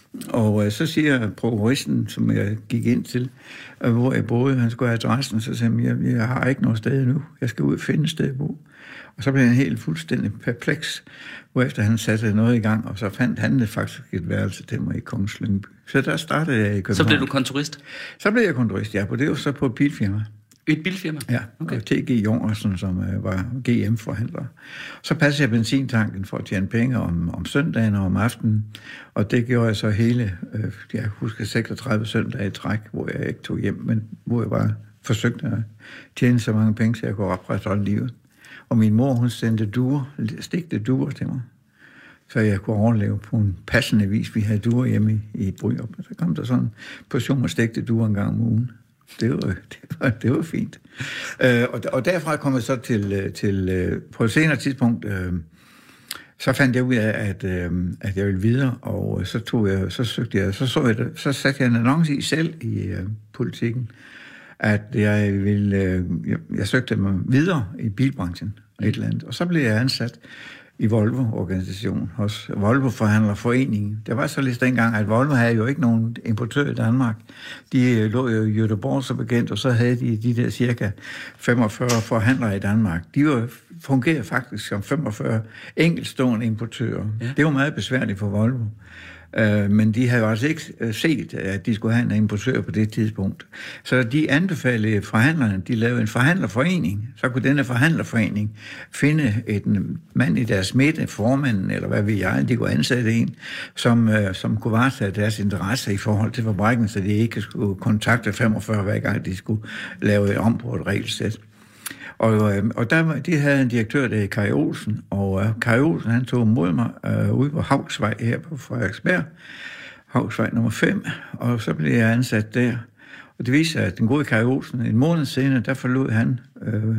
og øh, så siger prokuristen, som jeg gik ind til, øh, hvor jeg boede, han skulle have adressen, så sagde han, jeg, jeg har ikke noget sted nu. Jeg skal ud og finde et sted at bo. Og så blev han helt fuldstændig perpleks, hvorefter han satte noget i gang, og så fandt han faktisk et værelse til mig i Kongens Lyngby. Så der startede jeg i København. Så blev du kontorist? Så blev jeg kontorist, ja. Det var så på et bilfirma. Et bilfirma? Ja, okay. Og T G Jongersen, som uh, var G M-forhandler. Så passede jeg benzintanken for at tjene penge om, om søndagen og om aftenen, og det gjorde jeg så hele, øh, jeg husker seksogtredive søndage i træk, hvor jeg ikke tog hjem, men hvor jeg bare forsøgte at tjene så mange penge, så jeg kunne opretholde livet. Og min mor, hun sendte duer, stegte duer til mig, så jeg kunne overleve på en passende vis. Vi havde duer hjemme i, i Bryrup, og så kom der sådan en portion af stegte duer en gang om ugen. Det var, det var, det var fint. Øh, og, og derfra kom jeg så til, til på et senere tidspunkt, øh, så fandt jeg ud af, at, øh, at jeg ville videre, og så tog jeg, så søgte jeg, så så jeg det, så satte jeg en annonce i selv i øh, Politikken, at jeg ville, øh, jeg, jeg søgte mig videre i bilbranchen, et eller andet, og så blev jeg ansat i Volvo-organisationen hos Volvo-forhandlerforeningen. Det var så lidt dengang, at Volvo havde jo ikke nogen importør i Danmark. De lå jo i Göteborg så bekendt, og så havde de de der cirka femogfyrre forhandlere i Danmark. De var, fungerede faktisk som femogfyrre enkeltstående importører. Ja. Det var meget besværligt for Volvo. Uh, men de havde jo altså ikke set, at de skulle have en importør på det tidspunkt. Så de anbefalede forhandlerne, de lavede en forhandlerforening. Så kunne denne forhandlerforening finde en mand i deres midte, formanden, eller hvad ved jeg, de kunne ansætte en, som, uh, som kunne varetage deres interesse i forhold til fabrikken, så de ikke skulle kontakte femogfyrre hver gang, de skulle lave om på et regelsæt. Og, øh, og der, de havde en direktør, der hed Kai Olsen, og øh, Kai Olsen, han tog mod mig øh, ude på Havsvej her på Frederiksberg, Havsvej nummer fem, og så blev jeg ansat der. Og det viser sig, at den gode Kai Olsen, en måned senere, der forlod han øh,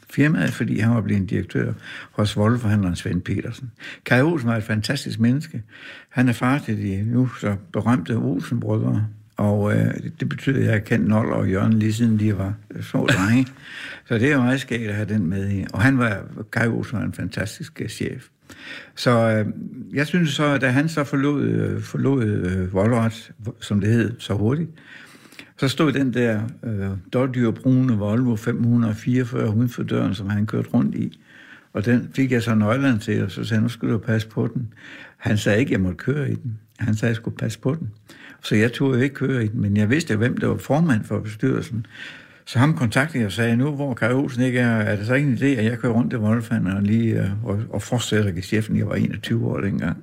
firmaet, fordi han var blevet direktør hos Volvo-forhandleren Svend Petersen. Kai Olsen var et fantastisk menneske. Han er far til de nu så berømte Olsen-brødre, og øh, det betyder, at jeg har kendt Nold og Jørgen lige siden de var små drenge. Så det er jo meget skægt at have den med i. Og han var, Kai Olsen var en fantastisk uh, chef. Så øh, jeg synes så, da han så forlod, øh, forlod øh, Volvoret, som det hed, så hurtigt, så stod den der øh, dårdyrbrune Volvo fem hundrede og fireogfyrre uden for døren, som han kørte rundt i. Og den fik jeg så nøglerne til, og så sagde han, nu skal du passe på den. Han sagde ikke, at jeg måtte køre i den. Han sagde, at jeg skulle passe på den. Så jeg tog jo ikke køre i den, men jeg vidste, hvem der var formand for bestyrelsen. Så ham kontaktede jeg og sagde, nu hvor Kai Olsen ikke er, er det så ikke en idé, at jeg kører rundt til Volvoen og lige øh, og, og fortsætter geschæften. Jeg var enogtyve år dengang.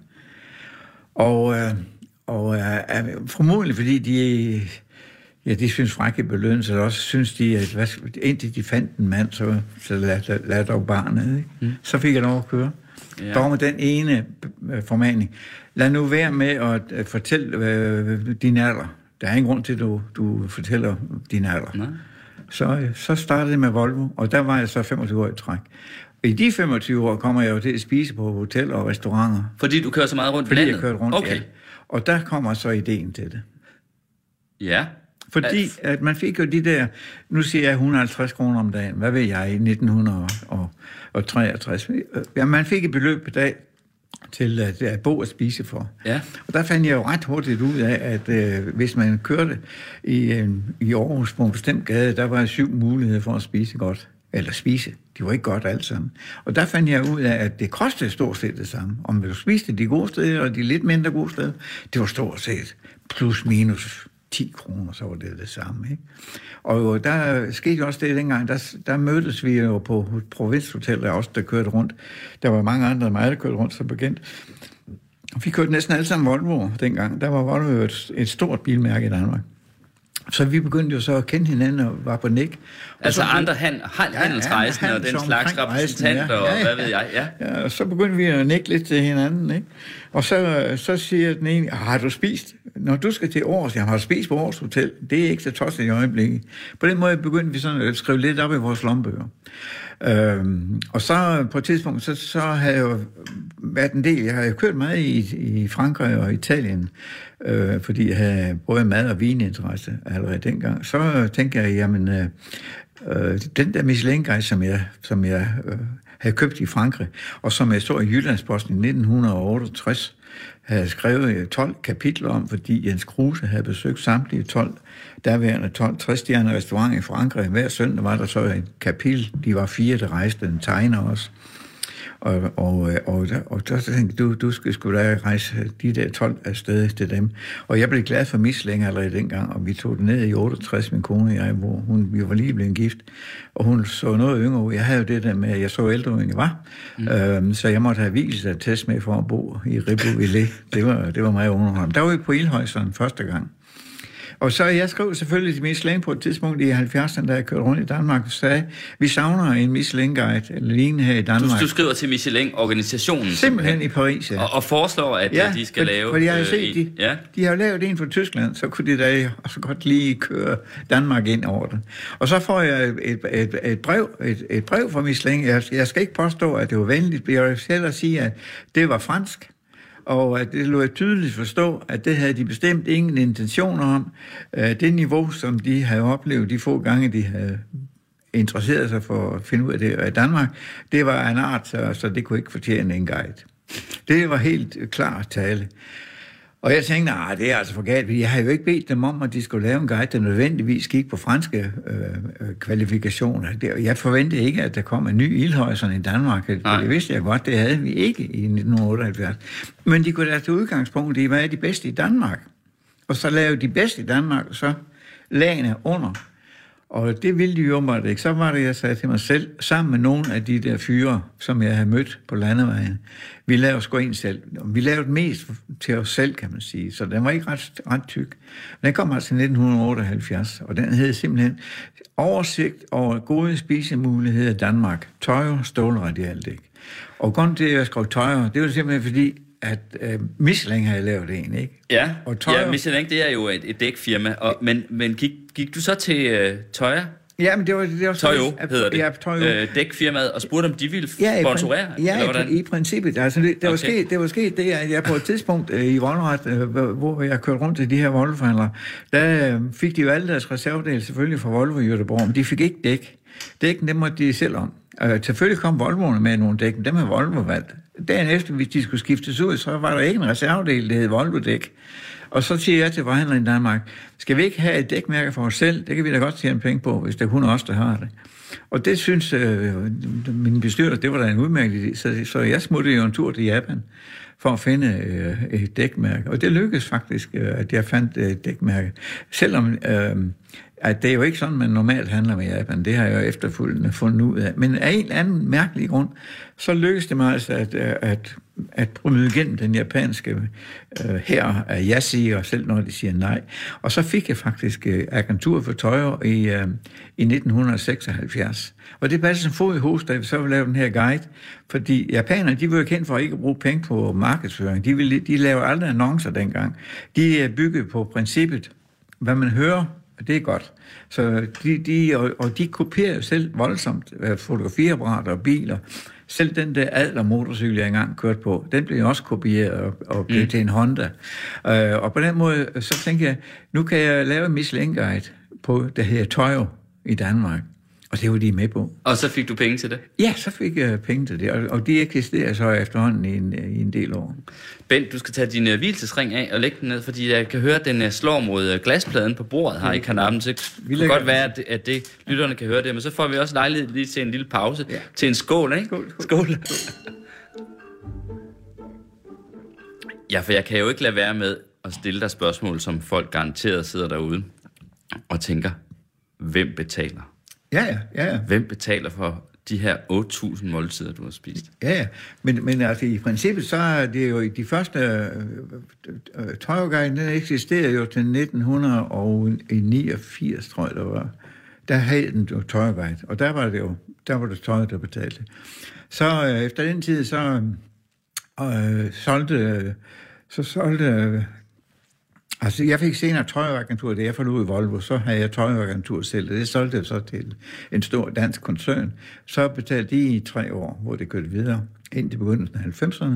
Og, øh, og øh, formodentlig fordi de, ja, de synes frække belønnes, og også synes de, at hvad, indtil de fandt en mand, så, så lad, lad, lad dog barnet. Ikke? Mm. Så fik jeg lov at køre. Ja. Dog med den ene formaning. Lad nu være med at fortælle øh, din alder. Der er ingen grund til, at du, du fortæller din alder. Nej. Så, så startede det med Volvo, og der var jeg så femogtyve år i træk. Og i de femogtyve år kommer jeg jo til at spise på hoteller og restauranter. Fordi du kører så meget rundt på landet? Fordi jeg kørte rundt, okay. Ja. Og der kommer så ideen til det. Ja. Fordi at man fik jo de der, nu siger jeg et hundrede og halvtreds kroner om dagen, hvad ved jeg, i nitten treogtres. Ja, man fik et beløb per dag til at, at bo og spise for. Ja. Og der fandt jeg jo ret hurtigt ud af, at øh, hvis man kørte i, øh, i Aarhus på en bestemt gade, der var syv muligheder for at spise godt. Eller spise. De var ikke godt alt sammen. Og der fandt jeg ud af, at det kostede stort set det samme. Om du spiste de gode steder, og de lidt mindre gode steder, det var stort set plus minus ti kroner, så var det det samme. Ikke? Og der skete også det dengang, der, der mødtes vi jo på provinshotellet også, der kørte rundt. Der var mange andre, mig, der kørte rundt, så bekendt. Vi kørte næsten alle sammen Volvo dengang. Der var Volvo et, et stort bilmærke i Danmark. Så vi begyndte jo så at kende hinanden og var på nik. Og altså så, andre hand, hand, handelsrejsende ja, og den slags repræsentanter, ja, ja, ja. Og hvad ved jeg, ja. ja. Og så begyndte vi at nikke lidt til hinanden, ikke? Og så, så siger den ene, har du spist? Når du skal til Aarhus, jeg har spist på Aarhus Hotel. Det er ikke så tosset i øjeblikket. På den måde begyndte vi sådan at skrive lidt op i vores lommebøger. Øhm, og så på et tidspunkt, så, så havde jeg jo været en del, jeg har jo kørt meget i, i Frankrig og Italien, øh, fordi jeg havde både mad- og vininteresse allerede dengang. Så tænkte jeg, jamen, øh, øh, den der Michelin-guide, som jeg, som jeg øh, havde købt i Frankrig, og som jeg så i Jyllandsposten i nitten otteogtres, havde skrevet tolv kapitler om, fordi Jens Kruse havde besøgt samtlige tolv, derværende tolv tres-stjernede restauranter i Frankrig. Hver søndag var der så et kapitel. De var fire, der rejste, en tegner også. Og, og, og, og der tænkte du, du skal sgu da rejse de der tolv afsted til dem. Og jeg blev glad for Michelin allerede dengang, og vi tog den ned i otteogtres, min kone og jeg, hvor hun, vi var lige blevet gift, og hun så noget yngre ud. Jeg havde jo det der med, at jeg så ældre, end jeg var, mm. øhm, så jeg måtte have vist at test med for at bo i Ribeauvillé. Det var, det var meget underholdende. Der var vi på Ilhøjseren første gang. Og så jeg skrev selvfølgelig til Michelin på et tidspunkt i halvfjerdserne, da jeg kørte rundt i Danmark, og sagde, vi savner en Michelin-guide, eller lignende her i Danmark. Du, du skriver til Michelin-organisationen? Simpelthen i Paris, ja. Og, og foreslår, at ja, de skal for, lave... fordi jeg har set, øh, de, ja. de har jo lavet en for Tyskland, så kunne de da også godt lige køre Danmark ind over det. Og så får jeg et, et, et, brev, et, et brev fra Michelin. Jeg, jeg skal ikke påstå, at det var venligt, men jeg vil selv sige, at det var fransk. Og at det lå jeg tydeligt forstå, at det havde de bestemt ingen intentioner om. Det niveau, som de havde oplevet de få gange, de havde interesseret sig for at finde ud af det i Danmark, det var en art, så, så det kunne ikke fortjene en guide. Det var helt klart tale. Og jeg tænkte, nej, det er altså for galt. Jeg havde jo ikke bedt dem om, at de skulle lave en guide, der nødvendigvis gik på franske øh, kvalifikationer. Jeg forventede ikke, at der kom en ny Ilhøjseren i Danmark. Nej. Det vidste jeg godt, det havde vi ikke i nitten otteoghalvfjerds. Men de kunne da til udgangspunkt i, hvad er de bedste i Danmark? Og så lavede de bedste i Danmark, og så lagene under. Og det ville de jo åbenbart ikke. Så var det, jeg sagde til mig selv, sammen med nogle af de der fyre, som jeg havde mødt på landevejen, vi lavede sgu en selv. Vi lavede mest til os selv, kan man sige. Så den var ikke ret, ret tyk. Den kom altså i nitten otteoghalvfjerds, og den hed simpelthen Oversigt over gode spisemuligheder i Danmark. Tøjer, stålradialdæk. Og grunden til, at jeg skrev tøjer, det var simpelthen fordi, at øh, Michelin havde lavet en, ikke? Ja, og tøjer... ja, Michelin, det er jo et, et dækfirma. Og, men men gik, gik du så til øh, tøjer Ja, men det var... Det var Toyo hedder det. Ja, Toyo. Øh, dækfirmaet, og spurgte, om de ville ja, sponsorere? Ja, eller hvordan? i, i princippet. Altså, det, det, var okay. sket, det var sket det, at jeg på et tidspunkt øh, i Volvoret, øh, hvor jeg kørte rundt til de her Volvo-forhandlere, der øh, fik de jo alle deres reservedele selvfølgelig fra Volvo i Göteborg, men de fik ikke dæk. Dækken, dem måtte de selv om. Øh, selvfølgelig kom Volvoerne med nogle dæk, dem har Volvo valgt. Dagen efter, hvis de skulle skiftes ud, så var der ikke en reservedel, det hed Volvo-dæk. Og så siger jeg til forhandleren i Danmark, skal vi ikke have et dækmærke for os selv? Det kan vi da godt tjene penge på, hvis det er kun os, der har det. Og det synes øh, mine bestyrelser, det var da en udmærket idé. Så, så jeg smuttede jo en tur til Japan for at finde øh, et dækmærke. Og det lykkedes faktisk, øh, at jeg fandt et dækmærke. Selvom øh, at det er jo ikke sådan, man normalt handler med Japan. Det har jeg jo efterfølgende fundet ud af. Men af en eller anden mærkelig grund, så lykkedes det mig altså at, at, at bryde igennem den japanske øh, her af ja-sige, og selv når de siger nej. Og så fik jeg faktisk øh, agentur for Toyo i, øh, i nitten seksoghalvfjerds. Og det passede som fod i hus, da vi så ville lave den her guide. Fordi japanerne, de var jo kendt for ikke at bruge penge på markedsføring. De, ville, de lavede aldrig annoncer dengang. De byggede på princippet, hvad man hører, det er godt. Så de, de, og, og de kopierer selv voldsomt fotografiapparater og biler. Selv den der Adler motorcykel, jeg engang kørte på, den blev også kopieret og, og blev mm. til en Honda. Uh, og på den måde, så tænkte jeg, nu kan jeg lave en Michelin-guide på, der hedder Toyo i Danmark. Og det var de med på. Og så fik du penge til det? Ja, så fik jeg penge til det, og, og de eksisterer så efterhånden i en, i en del år. Bent, du skal tage din uh, hvilesesring af og lægge den ned, fordi jeg kan høre, at den uh, slår mod uh, glaspladen på bordet her i karnappen, så det kan godt være, at det, at det lytterne kan høre det, men så får vi også lejlighed lige til en lille pause, ja. Til en skål, ikke? Skål, skål. Skål. Ja, for jeg kan jo ikke lade være med at stille dig spørgsmål, som folk garanteret sidder derude og tænker, hvem betaler? Ja, ja, ja, ja. Hvem betaler for de her otte tusind måltider, du har spist? Ja, ja. Men, men altså i princippet, så er det jo de første øh, øh, Toyo-guiden, den eksisterede jo til nitten niogfirs, tror jeg, der var. Der havde den jo Toyo-guide, og der var det jo, der var det Toyo, der betalte. Så øh, efter den tid, så øh, solgte, øh, så solgte øh, altså, jeg fik senere Toyo-agentur, da jeg forlod Volvo, så havde jeg Toyo-agentur selv, og det solgte jeg så til en stor dansk koncern. Så betalte de i tre år, hvor det kørte videre, indtil begyndelsen af halvfemserne.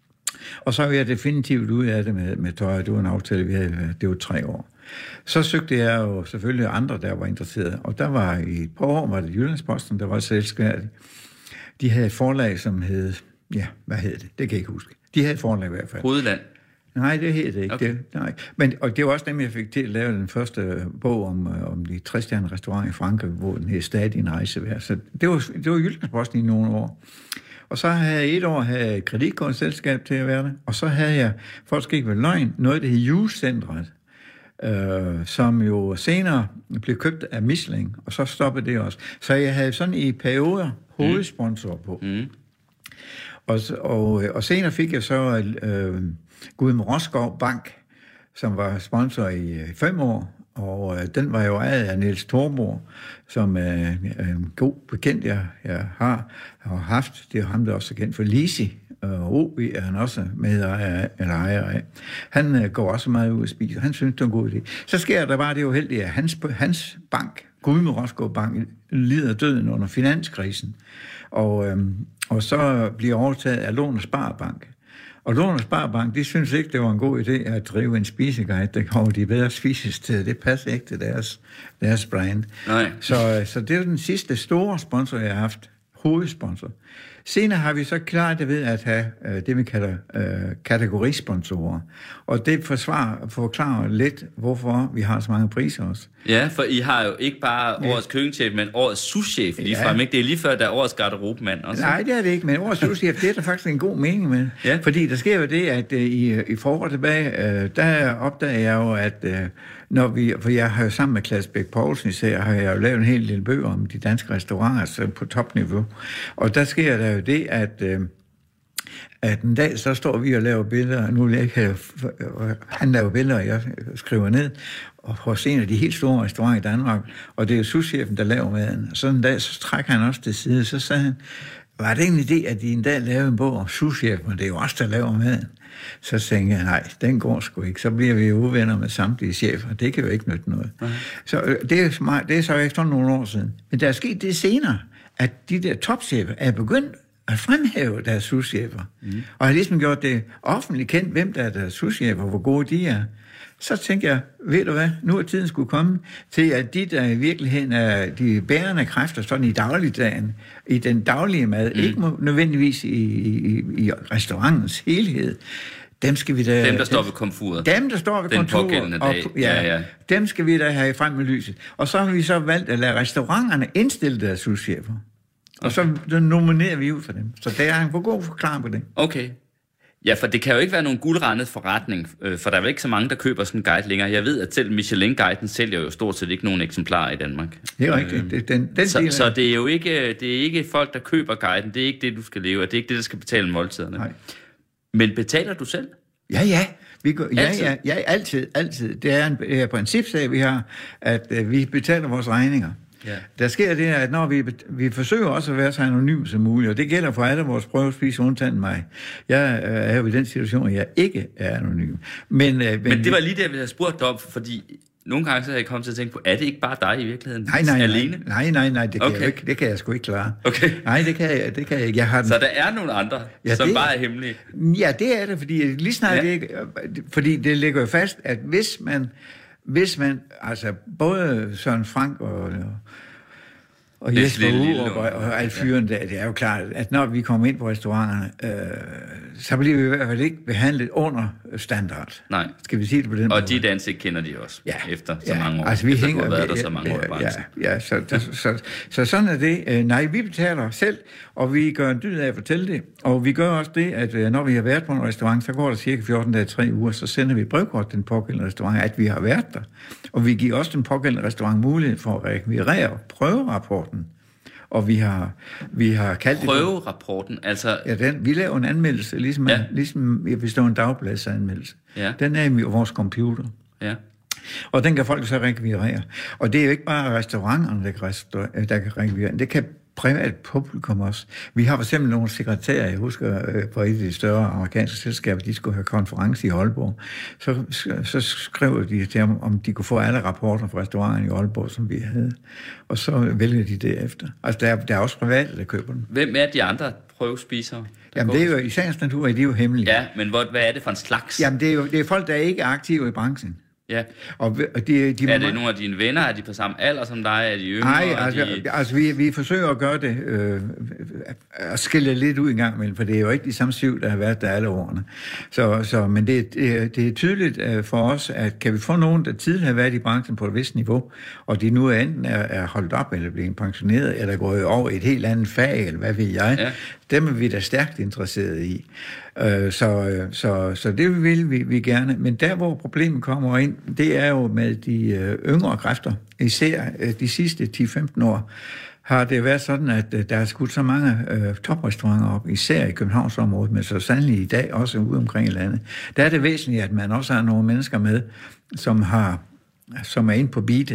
Og så var jeg definitivt ud af det med, med Toyo. Det var en aftale, vi havde, det var tre år. Så søgte jeg jo selvfølgelig andre, der var interesserede, og der var i et par år, var det Jyllandsposten, der var selvskærligt. De havde et forlag, som hed, ja, hvad hed det? Det kan jeg ikke huske. De havde et forlag i hvert fald. Hovedland. Nej, det hed det ikke. Okay. Det, nej. Men, og det var også dem, jeg fik til at lave den første bog om, om de tres-stjernede restauranter i Frankrig, hvor den hed Stadig en rejse værd. Så det var, det var Jyllandsposten i nogle år. Og så havde jeg et år havde et kreditkortselskab til at være der, og så havde jeg, for at ikke være løgn, noget, der hed Jus-centret, øh, som jo senere blev købt af Michelin, og så stoppede det også. Så jeg havde sådan i perioder hovedsponsor på. Mm. Og, og, og senere fik jeg så øh, Gudm Roskov Bank, som var sponsor i øh, fem år, og øh, den var jo ejet af Niels Thorborg, som er øh, en god bekendt, jeg, jeg har, har haft. Det er ham, der også er kendt for Lisi, og O B er han også med ejer, eller ejer af. Han øh, går også meget ud og spiser. Han synes, det er en god idé. Så sker der bare det uheldige, at hans, hans bank, Gudm Roskov Bank, lider døden under finanskrisen, og, øh, og så bliver overtaget af Lån og Sparebank. Og Lån og Sparebank, de synes ikke, det var en god idé at drive en spiseguide, der kommer de bedre spisesteder. Det passer ikke til deres, deres brand. Nej. Så, så det er den sidste store sponsor, jeg har haft. Hovedsponsor. Senere har vi så klart det ved at have øh, det, vi kalder øh, kategorisponsorer. Og det forsvarer, forklarer lidt, hvorfor vi har så mange priser også. Ja, for I har jo ikke bare årets ja. køkkenchef, men årets souschef ligefrem, ikke? Det er lige før, der er årets garderobemand også. Nej, det er det ikke, men årets souschef, det er der faktisk en god mening med. Ja. Fordi der sker jo det, at uh, i, i forhold tilbage, uh, der opdager jeg jo, at uh, når vi, for jeg har jo sammen med Claes Bæk Poulsen især, har jeg jo lavet en hel lille bøger om de danske restauranter så på topniveau. Og der sker der jo det, at uh, at en dag, så står vi og laver billeder, nu vil jeg ikke have, han laver billeder, og jeg skriver ned, og hos en af de helt store restauranter i Danmark, og det er jo souschefen, der laver maden. Og så en dag, så trækker han også til side, så sagde han, var det en idé, at de en dag lavede en bog om souschefen, men det er jo også der laver maden. Så tænkte jeg, nej, den går sgu ikke. Så bliver vi jo uvenner med samtlige chefer. Det kan jo ikke nytte noget. Uh-huh. Så øh, det, er meget, det er så efter nogle år siden. Men der er sket det senere, at de der topchefer er begyndt at fremhæve deres souschefer. Mm. Og har ligesom gjort det offentligt kendt, hvem der er deres souschefer, hvor gode de er. Så tænker jeg, ved du hvad, nu er tiden skulle komme til, at de, der i virkeligheden er de bærende kræfter, sådan i dagligdagen, i den daglige mad, mm. ikke nødvendigvis i, i, i restaurantens helhed, dem skal vi da... Dem, der står ved komfuret. Dem, der står ved den kontoret. Og, ja, ja, ja. Dem skal vi da have frem med lyset. Og så har vi så valgt at lade restauranterne indstille deres souschefer. Og så nominerer vi ud for dem. Så der er en god forklaring på det. Okay. Ja, for det kan jo ikke være nogen guldrandet forretning, for der er vel ikke så mange, der køber sådan en guide længere. Jeg ved, at selv Michelin-guiden sælger jo stort set ikke nogen eksemplarer i Danmark. Det er rigtigt. Det, den, den så, så det er jo ikke, det er ikke folk, der køber guiden. Det er ikke det, du skal leve af. Det er ikke det, der skal betale måltiderne. Nej. Men betaler du selv? Ja, ja. Vi går, ja, ja, ja, altid, altid. Det er en, en principsag, vi har, at uh, vi betaler vores regninger. Ja. Der sker det, at når vi, vi forsøger også at være så anonyme som muligt, og det gælder for alle vores prøvespiser, undtagen mig. Jeg er jo i den situation, at jeg ikke er anonym. Men, uh, men, men det var lige det, jeg ville have spurgt om, fordi nogle gange så har jeg kommet til at tænke på, er det ikke bare dig i virkeligheden? Nej, nej, alene? nej, nej, nej, det kan, okay. jeg ikke, det kan jeg sgu ikke klare. Okay. Nej, det kan jeg, det kan jeg ikke. Jeg har den. Så der er nogle andre, ja, som det, bare er hemmelige? Ja, det er det, fordi lige snart ja. det ikke, fordi det ligger jo fast, at hvis man, hvis man, altså både Søren Frank og... Og Jesper Urup og, og alt fyren der, det er jo klart, at når vi kommer ind på restauranterne, øh, så bliver vi i hvert fald ikke behandlet under standard. Nej. Skal vi sige det på den og måde? Og dit ansigt kender de også, ja. efter så ja. mange år. Altså, vi efter hænger, du har været ja, der så mange ja, år i branchen. Ja, ja så, så, så, så, så sådan er det. Øh, nej, vi betaler selv, og vi gør en dyd af at fortælle det. Og vi gør også det, at øh, når vi har været på en restaurant, så går der cirka fjorten dage, tre uger, så sender vi et brevkort til den pågældende restaurant, at vi har været der. Og vi giver også den pågældende restaurant mulighed for at rekvirere prøverapporten. Og vi har, vi har kaldt det... Prøverapporten, altså... Ja, den, vi laver en anmeldelse, ligesom, ja. ligesom hvis der er en dagbladsanmeldelse. Ja. Den er i vores computer. Ja. Og den kan folk så rekvirere. Og det er jo ikke bare restauranterne, der kan, restaur- der kan rekvirere. Det kan privat publikum også. Vi har for eksempel nogle sekretærer, jeg husker øh, på et af de større amerikanske selskaber, de skulle have konference i Aalborg. Så, så skrev de til dem, om de kunne få alle rapporter fra restauranten i Aalborg, som vi havde. Og så vælger de det efter. Altså, der er, der er også private, der køber dem. Hvem er de andre prøvespisere? Jamen, det er jo i sagens natur, de er jo hemmelige. Ja, men hvad, hvad er det for en slags? Jamen, det er jo det er folk, der ikke er aktive i branchen. Ja. Og de, de er det nogle af dine venner? Er de på samme alder som dig? Er de yngre? Nej, altså, de... altså vi, vi forsøger at gøre det, øh, at skille lidt ud en gang imellem, for det er jo ikke de samme syv, der har været der alle årene. Så, så, men det, det, det er tydeligt for os, at kan vi få nogen, der tidligere har været i branchen på et vist niveau, og de nu enten er, er holdt op, eller blevet pensioneret, eller gået over i et helt andet fag, eller hvad ved jeg, ja. Dem er vi da stærkt interesserede i. Øh, så, så, så det vil vi, vi gerne. Men der, hvor problemet kommer ind, det er jo med de øh, yngre kræfter. Især øh, de sidste ti til femten år har det været sådan, at øh, der er skudt så mange øh, toprestauranter op, især i Københavnsområdet, men så sandelig i dag også ude omkring i landet. Der er det væsentligt, at man også har nogle mennesker med, som, har, som er inde på beatet.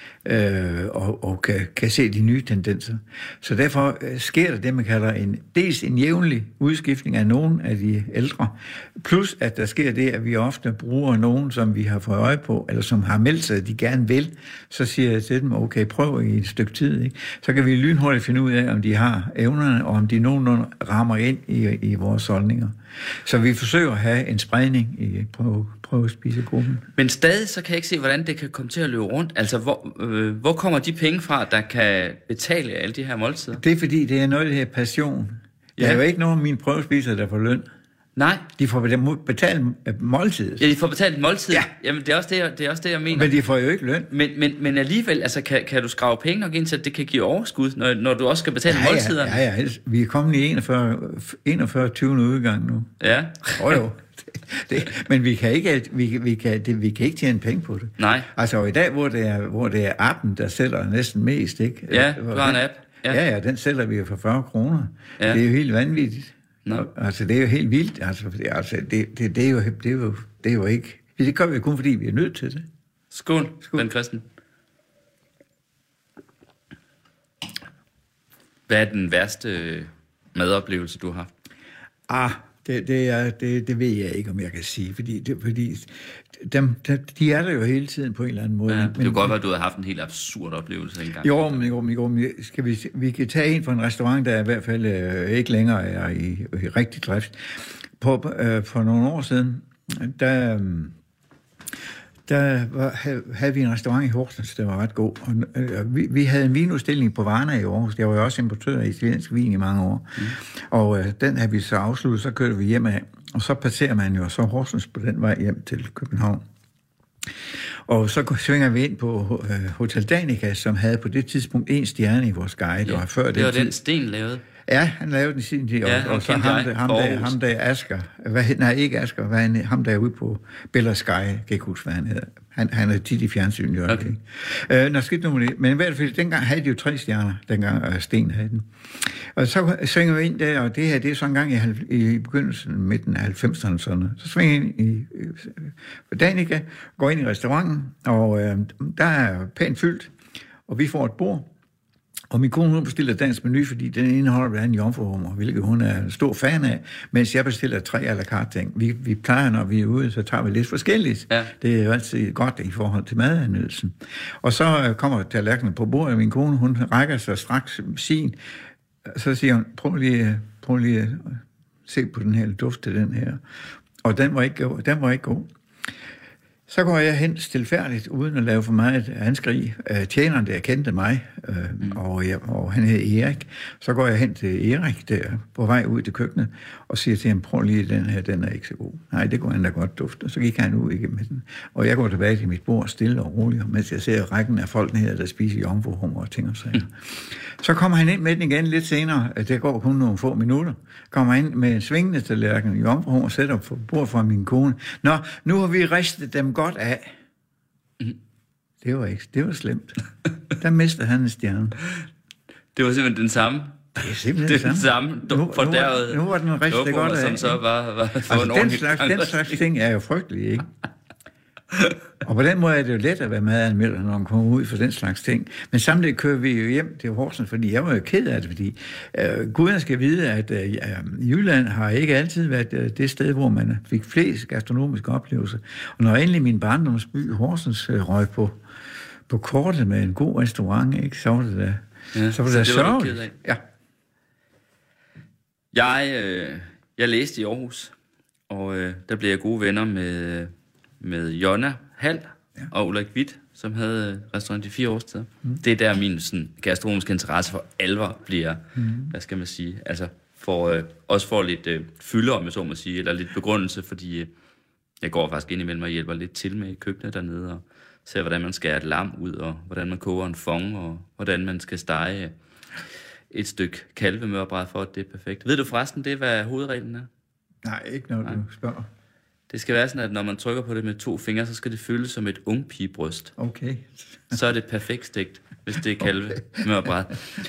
Øh, og, og kan, kan se de nye tendenser. Så derfor øh, sker der det, man kalder en, dels en jævnlig udskiftning af nogle af de ældre, plus at der sker det, at vi ofte bruger nogen, som vi har fået øje på, eller som har meldt sig, at de gerne vil, så siger jeg til dem, okay, prøv i et stykke tid. Ikke? Så kan vi lynhurtigt finde ud af, om de har evnerne, og om de nogenlunde rammer ind i, i vores holdninger. Så vi forsøger at have en spredning i prøve, prøvespisegruppen. Men stadig så kan jeg ikke se, hvordan det kan komme til at løbe rundt. Altså, hvor, øh, hvor kommer de penge fra, der kan betale alle de her måltider? Det er fordi, det er noget af det her passion. Der ja. er jo ikke nogen af mine prøvespisere, der får løn. Nej. De får betalt måltid. Ja, de får betalt måltid. Ja. Jamen, det er, også det, jeg, det er også det, jeg mener. Men de får jo ikke løn. Men, men, men alligevel, altså, kan, kan du skrave penge nok ind til, at det kan give overskud, når, når du også skal betale ja, måltiderne? Ja, ja, ja. Vi er kommet i enogfyrre tyvende udgang nu. Ja. Oh, jo. Det, men vi kan ikke vi, vi kan det, vi kan ikke tjene penge på det. Nej. Altså i dag hvor det er hvor det er appen der sælger næsten mest, ikke? Ja, du har en app. Ja. ja, ja, den sælger vi for fyrre kroner. Ja. Det er jo helt vanvittigt. No. Altså det er jo helt vildt. Altså, det, altså det, det, det er jo det er jo det er jo ikke. Det gør vi kun fordi vi er nødt til det. Skål, Skål. Ben Christen. Hvad er den værste madoplevelse du har haft? Ah, Det, det, er, det, det ved jeg ikke, om jeg kan sige, fordi, det, fordi dem, de er der jo hele tiden på en eller anden måde. Ja, det kan godt være, at du har haft en helt absurd oplevelse engang. Jo, men, jo, men, jo, men skal vi, vi kan tage en fra en restaurant, der i hvert fald øh, ikke længere er i, i rigtig drift. På, øh, for nogle år siden, der... Øh, der var, havde vi en restaurant i Horsens, der var ret god. Og, øh, vi, vi havde en vinudstilling på Varna i Aarhus. Jeg var jo også importør af italiensk vin i mange år. Mm. Og øh, den havde vi så afsluttet, så kørte vi hjem af. Og så passerer man jo så Horsens på den vej hjem til København. Og så svinger vi ind på øh, Hotel Danica, som havde på det tidspunkt en stjerne i vores guide. Ja, og før det den var tid, den Sten lavede. Ja, han lavede den i sin tid, og, ja, og så ham der, ham, der, ham der Asger, hvad, nej, ikke Asger, hvad han, ham der er ude på Bella Sky, jeg kan ikke huske, hvad han hedder. Han, han er tit i fjernsynet, jo. Okay. Øh, nå, skidt nu med det. Men i hvert fald, dengang havde de jo tre stjerner, dengang uh, Sten havde den. Og så svinger vi ind der, og det her, det er så en gang i, i begyndelsen, midten af halvfemserne, sådan. Så svinger vi ind i uh, Danica, går ind i restauranten, og uh, der er pænt fyldt, og vi får et bord. Og min kone, hun bestiller dansk menu, fordi den indeholder blandt andet jomfruhummer, hvilket hun er en stor fan af, mens jeg bestiller tre à la carte ting. Vi, vi plejer, når vi er ude, så tager vi lidt forskelligt. Ja. Det er jo altid godt i forhold til madanmeldelsen. Og så kommer tallerkenen på bordet, og min kone, hun rækker sig straks sin. Så siger hun, prøv lige, prøv lige at se på den her duft til den her. Og den var ikke god. Den var ikke god. Så går jeg hen stilfærdigt, uden at lave for meget anskrig. Tjeneren der kendte mig, øh, mm. og, jeg, og han hed Erik. Så går jeg hen til Erik der, på vej ud til køkkenet, og siger til ham, prøv lige den her, den er ikke så god. Nej, det går han da godt dufte. Så gik han ud igennem den. Og jeg går tilbage til mit bord, stille og roligt, mens jeg ser rækken af folk her, der spiser jomfruhummer og ting og sager. Mm. Så kommer han ind med den igen lidt senere, det går kun nogle få minutter, kommer ind med en svingende tallerken, jomfruhummer, sætter på bord fra min kone. Nå, nu har vi ristet dem godt af. Mm. Det var ikke, det var slemt. Der mistede han en stjerne. Det var simpelthen den samme. Det er simpelthen det er den samme. Nu, for nu, derud, nu var den ristet godt af. Som så var, var altså, den, slags, den slags ting er jo frygtelige, ikke? Og på den måde er det jo let at være madanmelder, når man kommer ud for den slags ting. Men samtidig kører vi jo hjem til Horsens, fordi jeg var jo ked af det, fordi øh, guderne skal vide, at øh, Jylland har ikke altid været øh, det sted, hvor man fik flest gastronomiske oplevelser. Og når endelig min barndomsby Horsens øh, røg på, på kortet med en god restaurant, ikke, så var det da ja, så var det, så det var du ked af. Ja. Jeg, øh, jeg læste i Aarhus, og øh, der blev jeg gode venner med... med Jonna Hall ja. og Ulrik Witt, som havde restaurant i fire års tid. Mm. Det er der min sådan, gastronomiske interesse for alvor bliver, mm. hvad skal man sige, altså for, øh, også for lidt øh, fylde, om jeg så må sige, eller lidt begrundelse, fordi øh, jeg går faktisk ind imellem og hjælper lidt til med i køkkenet dernede, og ser, hvordan man skærer et lam ud, og hvordan man koger en fong, og hvordan man skal stege et stykke kalvemørbræd for, at det er perfekt. Ved du forresten det, hvad hovedreglen er? Nej, ikke når Nej. du spørger. Det skal være sådan, at når man trykker på det med to fingre, så skal det føles som et ungpigebryst. Okay. Så er det perfekt stegt, hvis det er kalvemørbræd.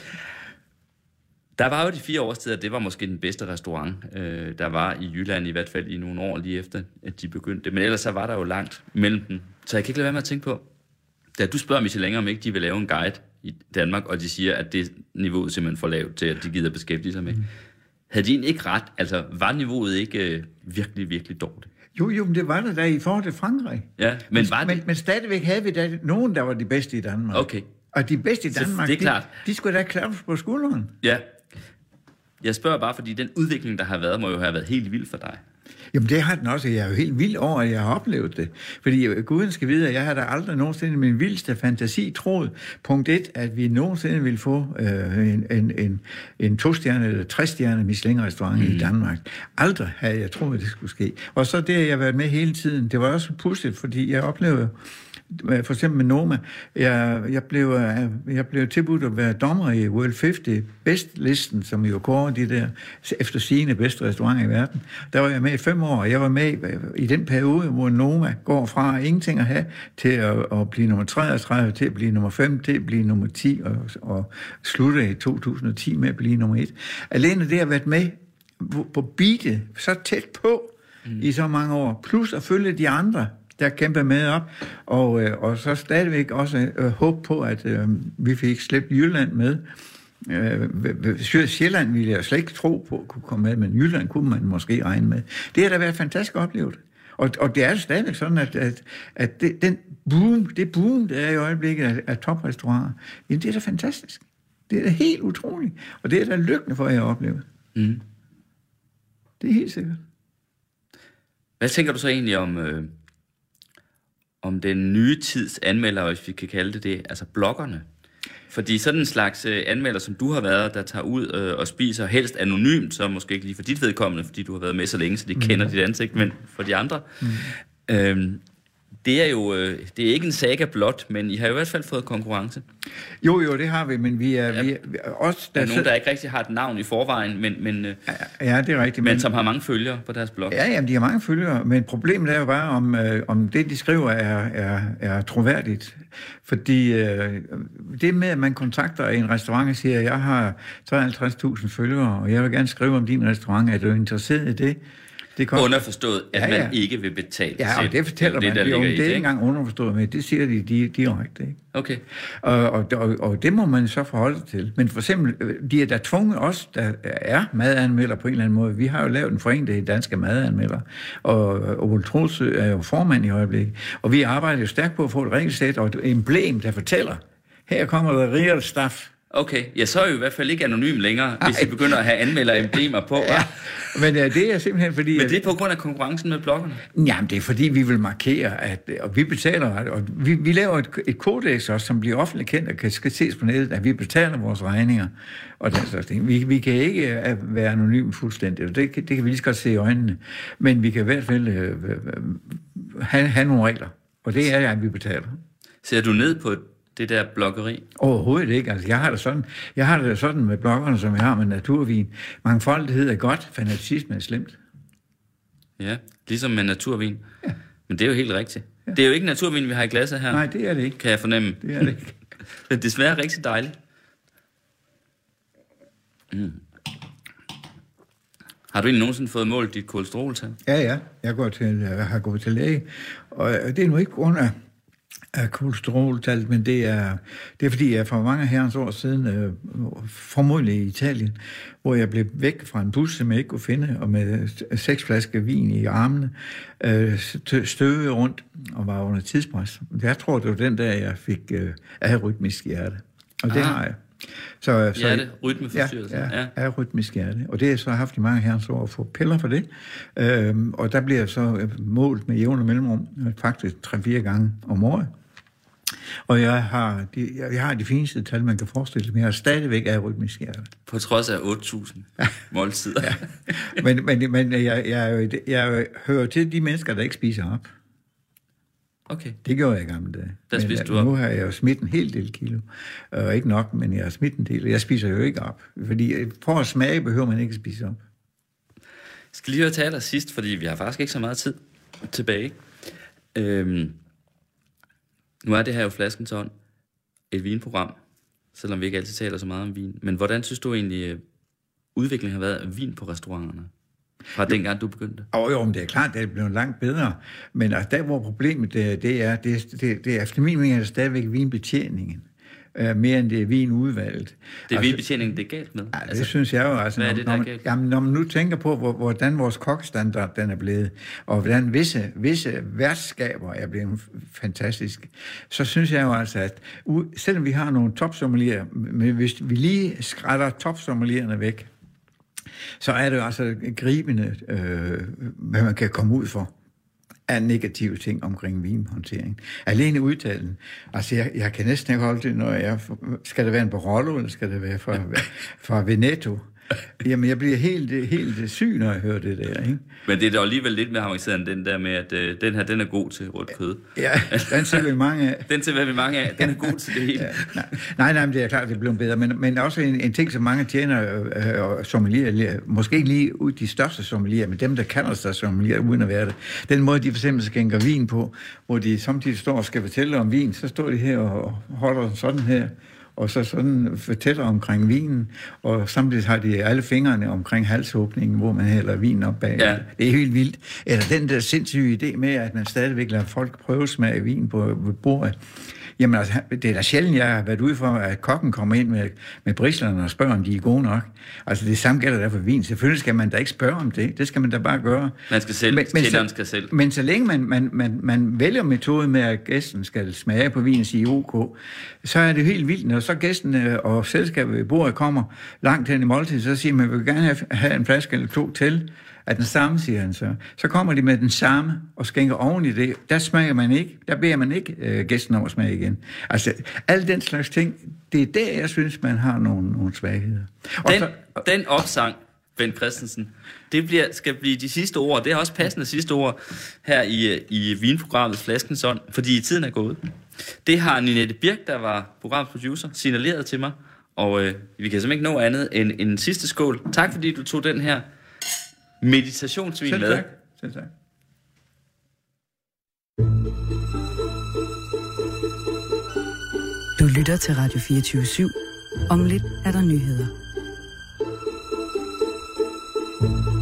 Der var jo de fire årstider, det var måske den bedste restaurant, øh, der var i Jylland, i hvert fald i nogle år lige efter, at de begyndte. Men ellers så var der jo langt mellem dem. Så jeg kan ikke lade være med at tænke på, da du spørger Michelin, om ikke de vil lave en guide i Danmark, og de siger, at det niveauet simpelthen for lavt til, at de gider beskæftige sig med. Mm. Havde de egentlig ikke ret? Altså, var niveauet ikke øh, virkelig, virkelig dårligt? Jo, jo, men det var det da i forhold til Frankrig. Ja, men var det... Men, men stadigvæk havde vi da nogen, der var de bedste i Danmark. Okay. Og de bedste i Danmark, det er klart. De, de skulle da klappes på skulderen. Ja. Jeg spørger bare, fordi den udvikling, der har været, må jo have været helt vild for dig. Jamen, det har den også. Jeg er jo helt vild over, at jeg har oplevet det. Fordi guden skal vide, at jeg har da aldrig nogensinde i min vildeste fantasi troet, punkt et, at vi nogensinde ville få øh, en, en, en, en to-stjerne eller tre-stjerne Michelin-restaurant mm. i Danmark. Aldrig havde jeg troet, at det skulle ske. Og så det, jeg har været med hele tiden, det var også pudsigt, fordi jeg oplevede for eksempel med Noma, jeg, jeg, blev, jeg blev tilbudt at være dommer i World halvtreds Best-listen, som jo kårer de der efter sigende bedste restauranter i verden. Der var jeg med i fem år, og jeg var med i den periode, hvor Noma går fra ingenting at have til at, at blive nummer treogtredive, til at blive nummer fem, til at blive nummer ti, og, og slutte i to tusind og ti med at blive nummer et. Alene det at have været med på beatet, så tæt på mm. i så mange år, plus at følge de andre, der kæmper med op, og, øh, og så stadigvæk også øh, håb på, at øh, vi fik slæbt Jylland med, Øh, Sjælland ville jeg slet ikke tro på kunne komme med, men Jylland kunne man måske regne med. Det har da været fantastisk oplevet. Og, og det er stadigvæk sådan, at, at, at det, den boom, det boom, der er i øjeblikket af, af toprestauranter, jamen det er da fantastisk. Det er da helt utroligt. Og det er da lykkende for, at jeg har oplevet. Mm. Det er helt sikkert. Hvad tænker du så egentlig om, øh, om den nye tids anmelder, hvis vi kan kalde det det, altså bloggerne? Fordi sådan en slags øh, anmelder, som du har været, der tager ud øh, og spiser helst anonymt, så måske ikke lige for dit vedkommende, fordi du har været med så længe, så de mm. kender dit ansigt, men for de andre. Mm. Øhm, det er jo øh, det er ikke en saga blot, men I har jo i hvert fald fået konkurrence. Jo, jo, det har vi, men vi er, ja, vi er også... Der er nogen, der ikke rigtig har et navn i forvejen, men, men, øh, ja, det er rigtigt, men, men som har mange følgere på deres blog. Ja, jamen, de har mange følgere, men problemet er jo bare, om, øh, om det, de skriver, er, er, er troværdigt. Fordi øh, det med, at man kontakter en restaurant og siger, jeg har treoghalvtreds tusind følgere, og jeg vil gerne skrive om din restaurant, er du interesseret i det? Det underforstået, at ja, ja. man ikke vil betale. Ja, og det fortæller det, man. Det, det er ikke engang underforstået med. Det siger de, de direkte. Ikke? Okay. Og, og, og, og det må man så forholde sig til. Men for eksempel, de er der tvunget os, der er madanmelder på en eller anden måde. Vi har jo lavet en forening, der er danske madanmelder. Og, og Ole Trolsø er jo formand i øjeblikket. Og vi arbejder jo stærkt på at få et regelsæt og et emblem, der fortæller, her kommer der real stuff. Okay, ja, så er I i hvert fald ikke anonym længere, hvis I begynder at have anmelderemblemer på. Ja, men ja, det er simpelthen fordi... Men det er på grund af konkurrencen med bloggerne? Jamen, det er fordi, vi vil markere, at og vi betaler, og vi, vi laver et, et kodex også, som bliver offentligt kendt og kan skal ses på nettet, at vi betaler vores regninger og den slags ting. Vi, vi kan ikke være anonyme fuldstændigt, og det, det kan vi lige så godt se i øjnene, men vi kan i hvert fald øh, have, have nogle regler, og det er, at vi betaler. Ser du ned på det der bloggeri? Overhovedet ikke. Altså, jeg har det sådan, jeg har det sådan med bloggerne, som jeg har med naturvin. Mangfoldighed er godt, fanatisme er slemt. Ja, ligesom med naturvin. Ja. Men det er jo helt rigtigt. Ja. Det er jo ikke naturvin, vi har i glasset her. Nej, det er det ikke. Kan jeg fornemme. Det er det ikke. Men det smager rigtig dejligt. Mm. Har du egentlig nogensinde fået målt dit kolesteroltal? Ja, ja. Jeg, går til, jeg har gået til læge, og det er nu ikke grund af af kolesteroltal, men det er, det er fordi, jeg for mange herrens år siden, øh, formodentlig i Italien, hvor jeg blev væk fra en bus, som jeg ikke kunne finde, og med seks flasker vin i armene, øh, støvede rundt og var under tidspres. Jeg tror, det var den dag, jeg fik øh, arytmisk hjerte. Og det ah. har jeg. Så, så, hjerte, rytmeforstyrrelse. Ja, ja, ja. arytmisk hjerte. Og det har jeg så haft i mange herrens år at få piller for det. Øhm, og der bliver jeg så målt med jævne mellemrum, faktisk tre-fire gange om året. Og jeg har, de, jeg har de fineste tal, man kan forestille sig, men jeg har stadigvæk arytmisk hjerte. På trods af otte tusind måltider. Ja. Men, men, men jeg, jeg, jeg, jeg hører til de mennesker, der ikke spiser op. Okay. Det gjorde jeg i gamle dage. Der men, spiste du op? Nu har jeg jo smidt en hel del kilo. Og ikke nok, men jeg har smidt en del. Jeg spiser jo ikke op. Fordi for at smage behøver man ikke spise op. Jeg skal lige høre til allersidst, fordi vi har faktisk ikke så meget tid tilbage. Øhm, nu er det her jo Flaskens Ånd, et vinprogram, selvom vi ikke altid taler så meget om vin. Men hvordan synes du egentlig, udviklingen har været af vin på restauranterne? Fra dengang du begyndte? Oh, jo, men det er klart, det er blevet langt bedre. Men altså, der, hvor problemet det, det er, det, det, det er efter min mening, er det stadigvæk vinbetjeningen. Uh, mere end det er vinudvalget. Det er altså, vinbetjeningen, det er galt med? Ja, det altså, synes jeg jo. Altså, hvad er når, det, der når, er galt? Jamen, når man nu tænker på, hvor, hvordan vores kokstandard den er blevet, og hvordan visse, visse værtskaber er blevet fantastisk, så synes jeg jo altså, at u, selvom vi har nogle topsommelier, men hvis vi lige skrætter topsommelierne væk, så er det jo altså gribende, øh, hvad man kan komme ud for af negative ting omkring vinhåndtering. Alene udtalen. Altså, jeg, jeg kan næsten ikke holde det, når jeg... Skal det være en Barolo, eller skal det være fra, fra Veneto? Jamen, jeg bliver helt, helt syg, når jeg hører det der, ikke? Men det er da alligevel lidt mere avanceret end den der med, at øh, den her, den er god til rødt kød. Ja, den ser vi mange af. Den ser vi mange af. Den er god til det hele. Ja, nej, nej, nej, men det er klart, det er blevet bedre. Men, men også en, en ting, som mange tjener øh, øh, sommelier, måske ikke lige ud de største sommelier, men dem, der kalder sig sommelier, uden at være det. Den måde, de for eksempel skænker vin på, hvor de samtidig står og skal fortælle om vin, så står de her og holder sådan her, og så sådan fortæller omkring vinen, og samtidig har de alle fingrene omkring halsåbningen, hvor man hælder vinen op bag. Ja. Det er helt vildt. Eller den der sindssyge idé med, at man stadigvæk lader folk prøve smage vin på bordet. Jamen altså, det er da sjældent, jeg har været ude for, at kokken kommer ind med, med brislerne og spørger, om de er gode nok. Altså, det samme gælder der for vin. Selvfølgelig skal man da ikke spørge om det. Det skal man da bare gøre. Man skal selv, men, men, så, skal selv. Men så længe man, man, man, man vælger metoden med, at gæsten skal smage på vin og sige ok, så er det helt vildt. Når så gæsten og selskabet ved bordet kommer langt hen i måltid, så siger man, at man vil gerne have, have en flaske eller to til. At den samme, siger han så. Så kommer de med den samme og skænker oven i det. Der smager man ikke. Der beder man ikke øh, gæsten om at smage igen. Altså, alle den slags ting, det er der, jeg synes, man har nogle, nogle svagheder. Og den, så, den opsang, Bent Christensen, det bliver, skal blive de sidste ord. Det er også passende sidste ord her i, i vinprogrammet Flaskens Ånd, fordi tiden er gået. Det har Ninette Birk, der var programproducer, signaleret til mig, og øh, vi kan simpelthen ikke nå andet end en sidste skål. Tak fordi du tog den her meditationsvin med. Selv tak. Selv tak. Du lytter til Radio fireogtyve syv. Om lidt er der nyheder.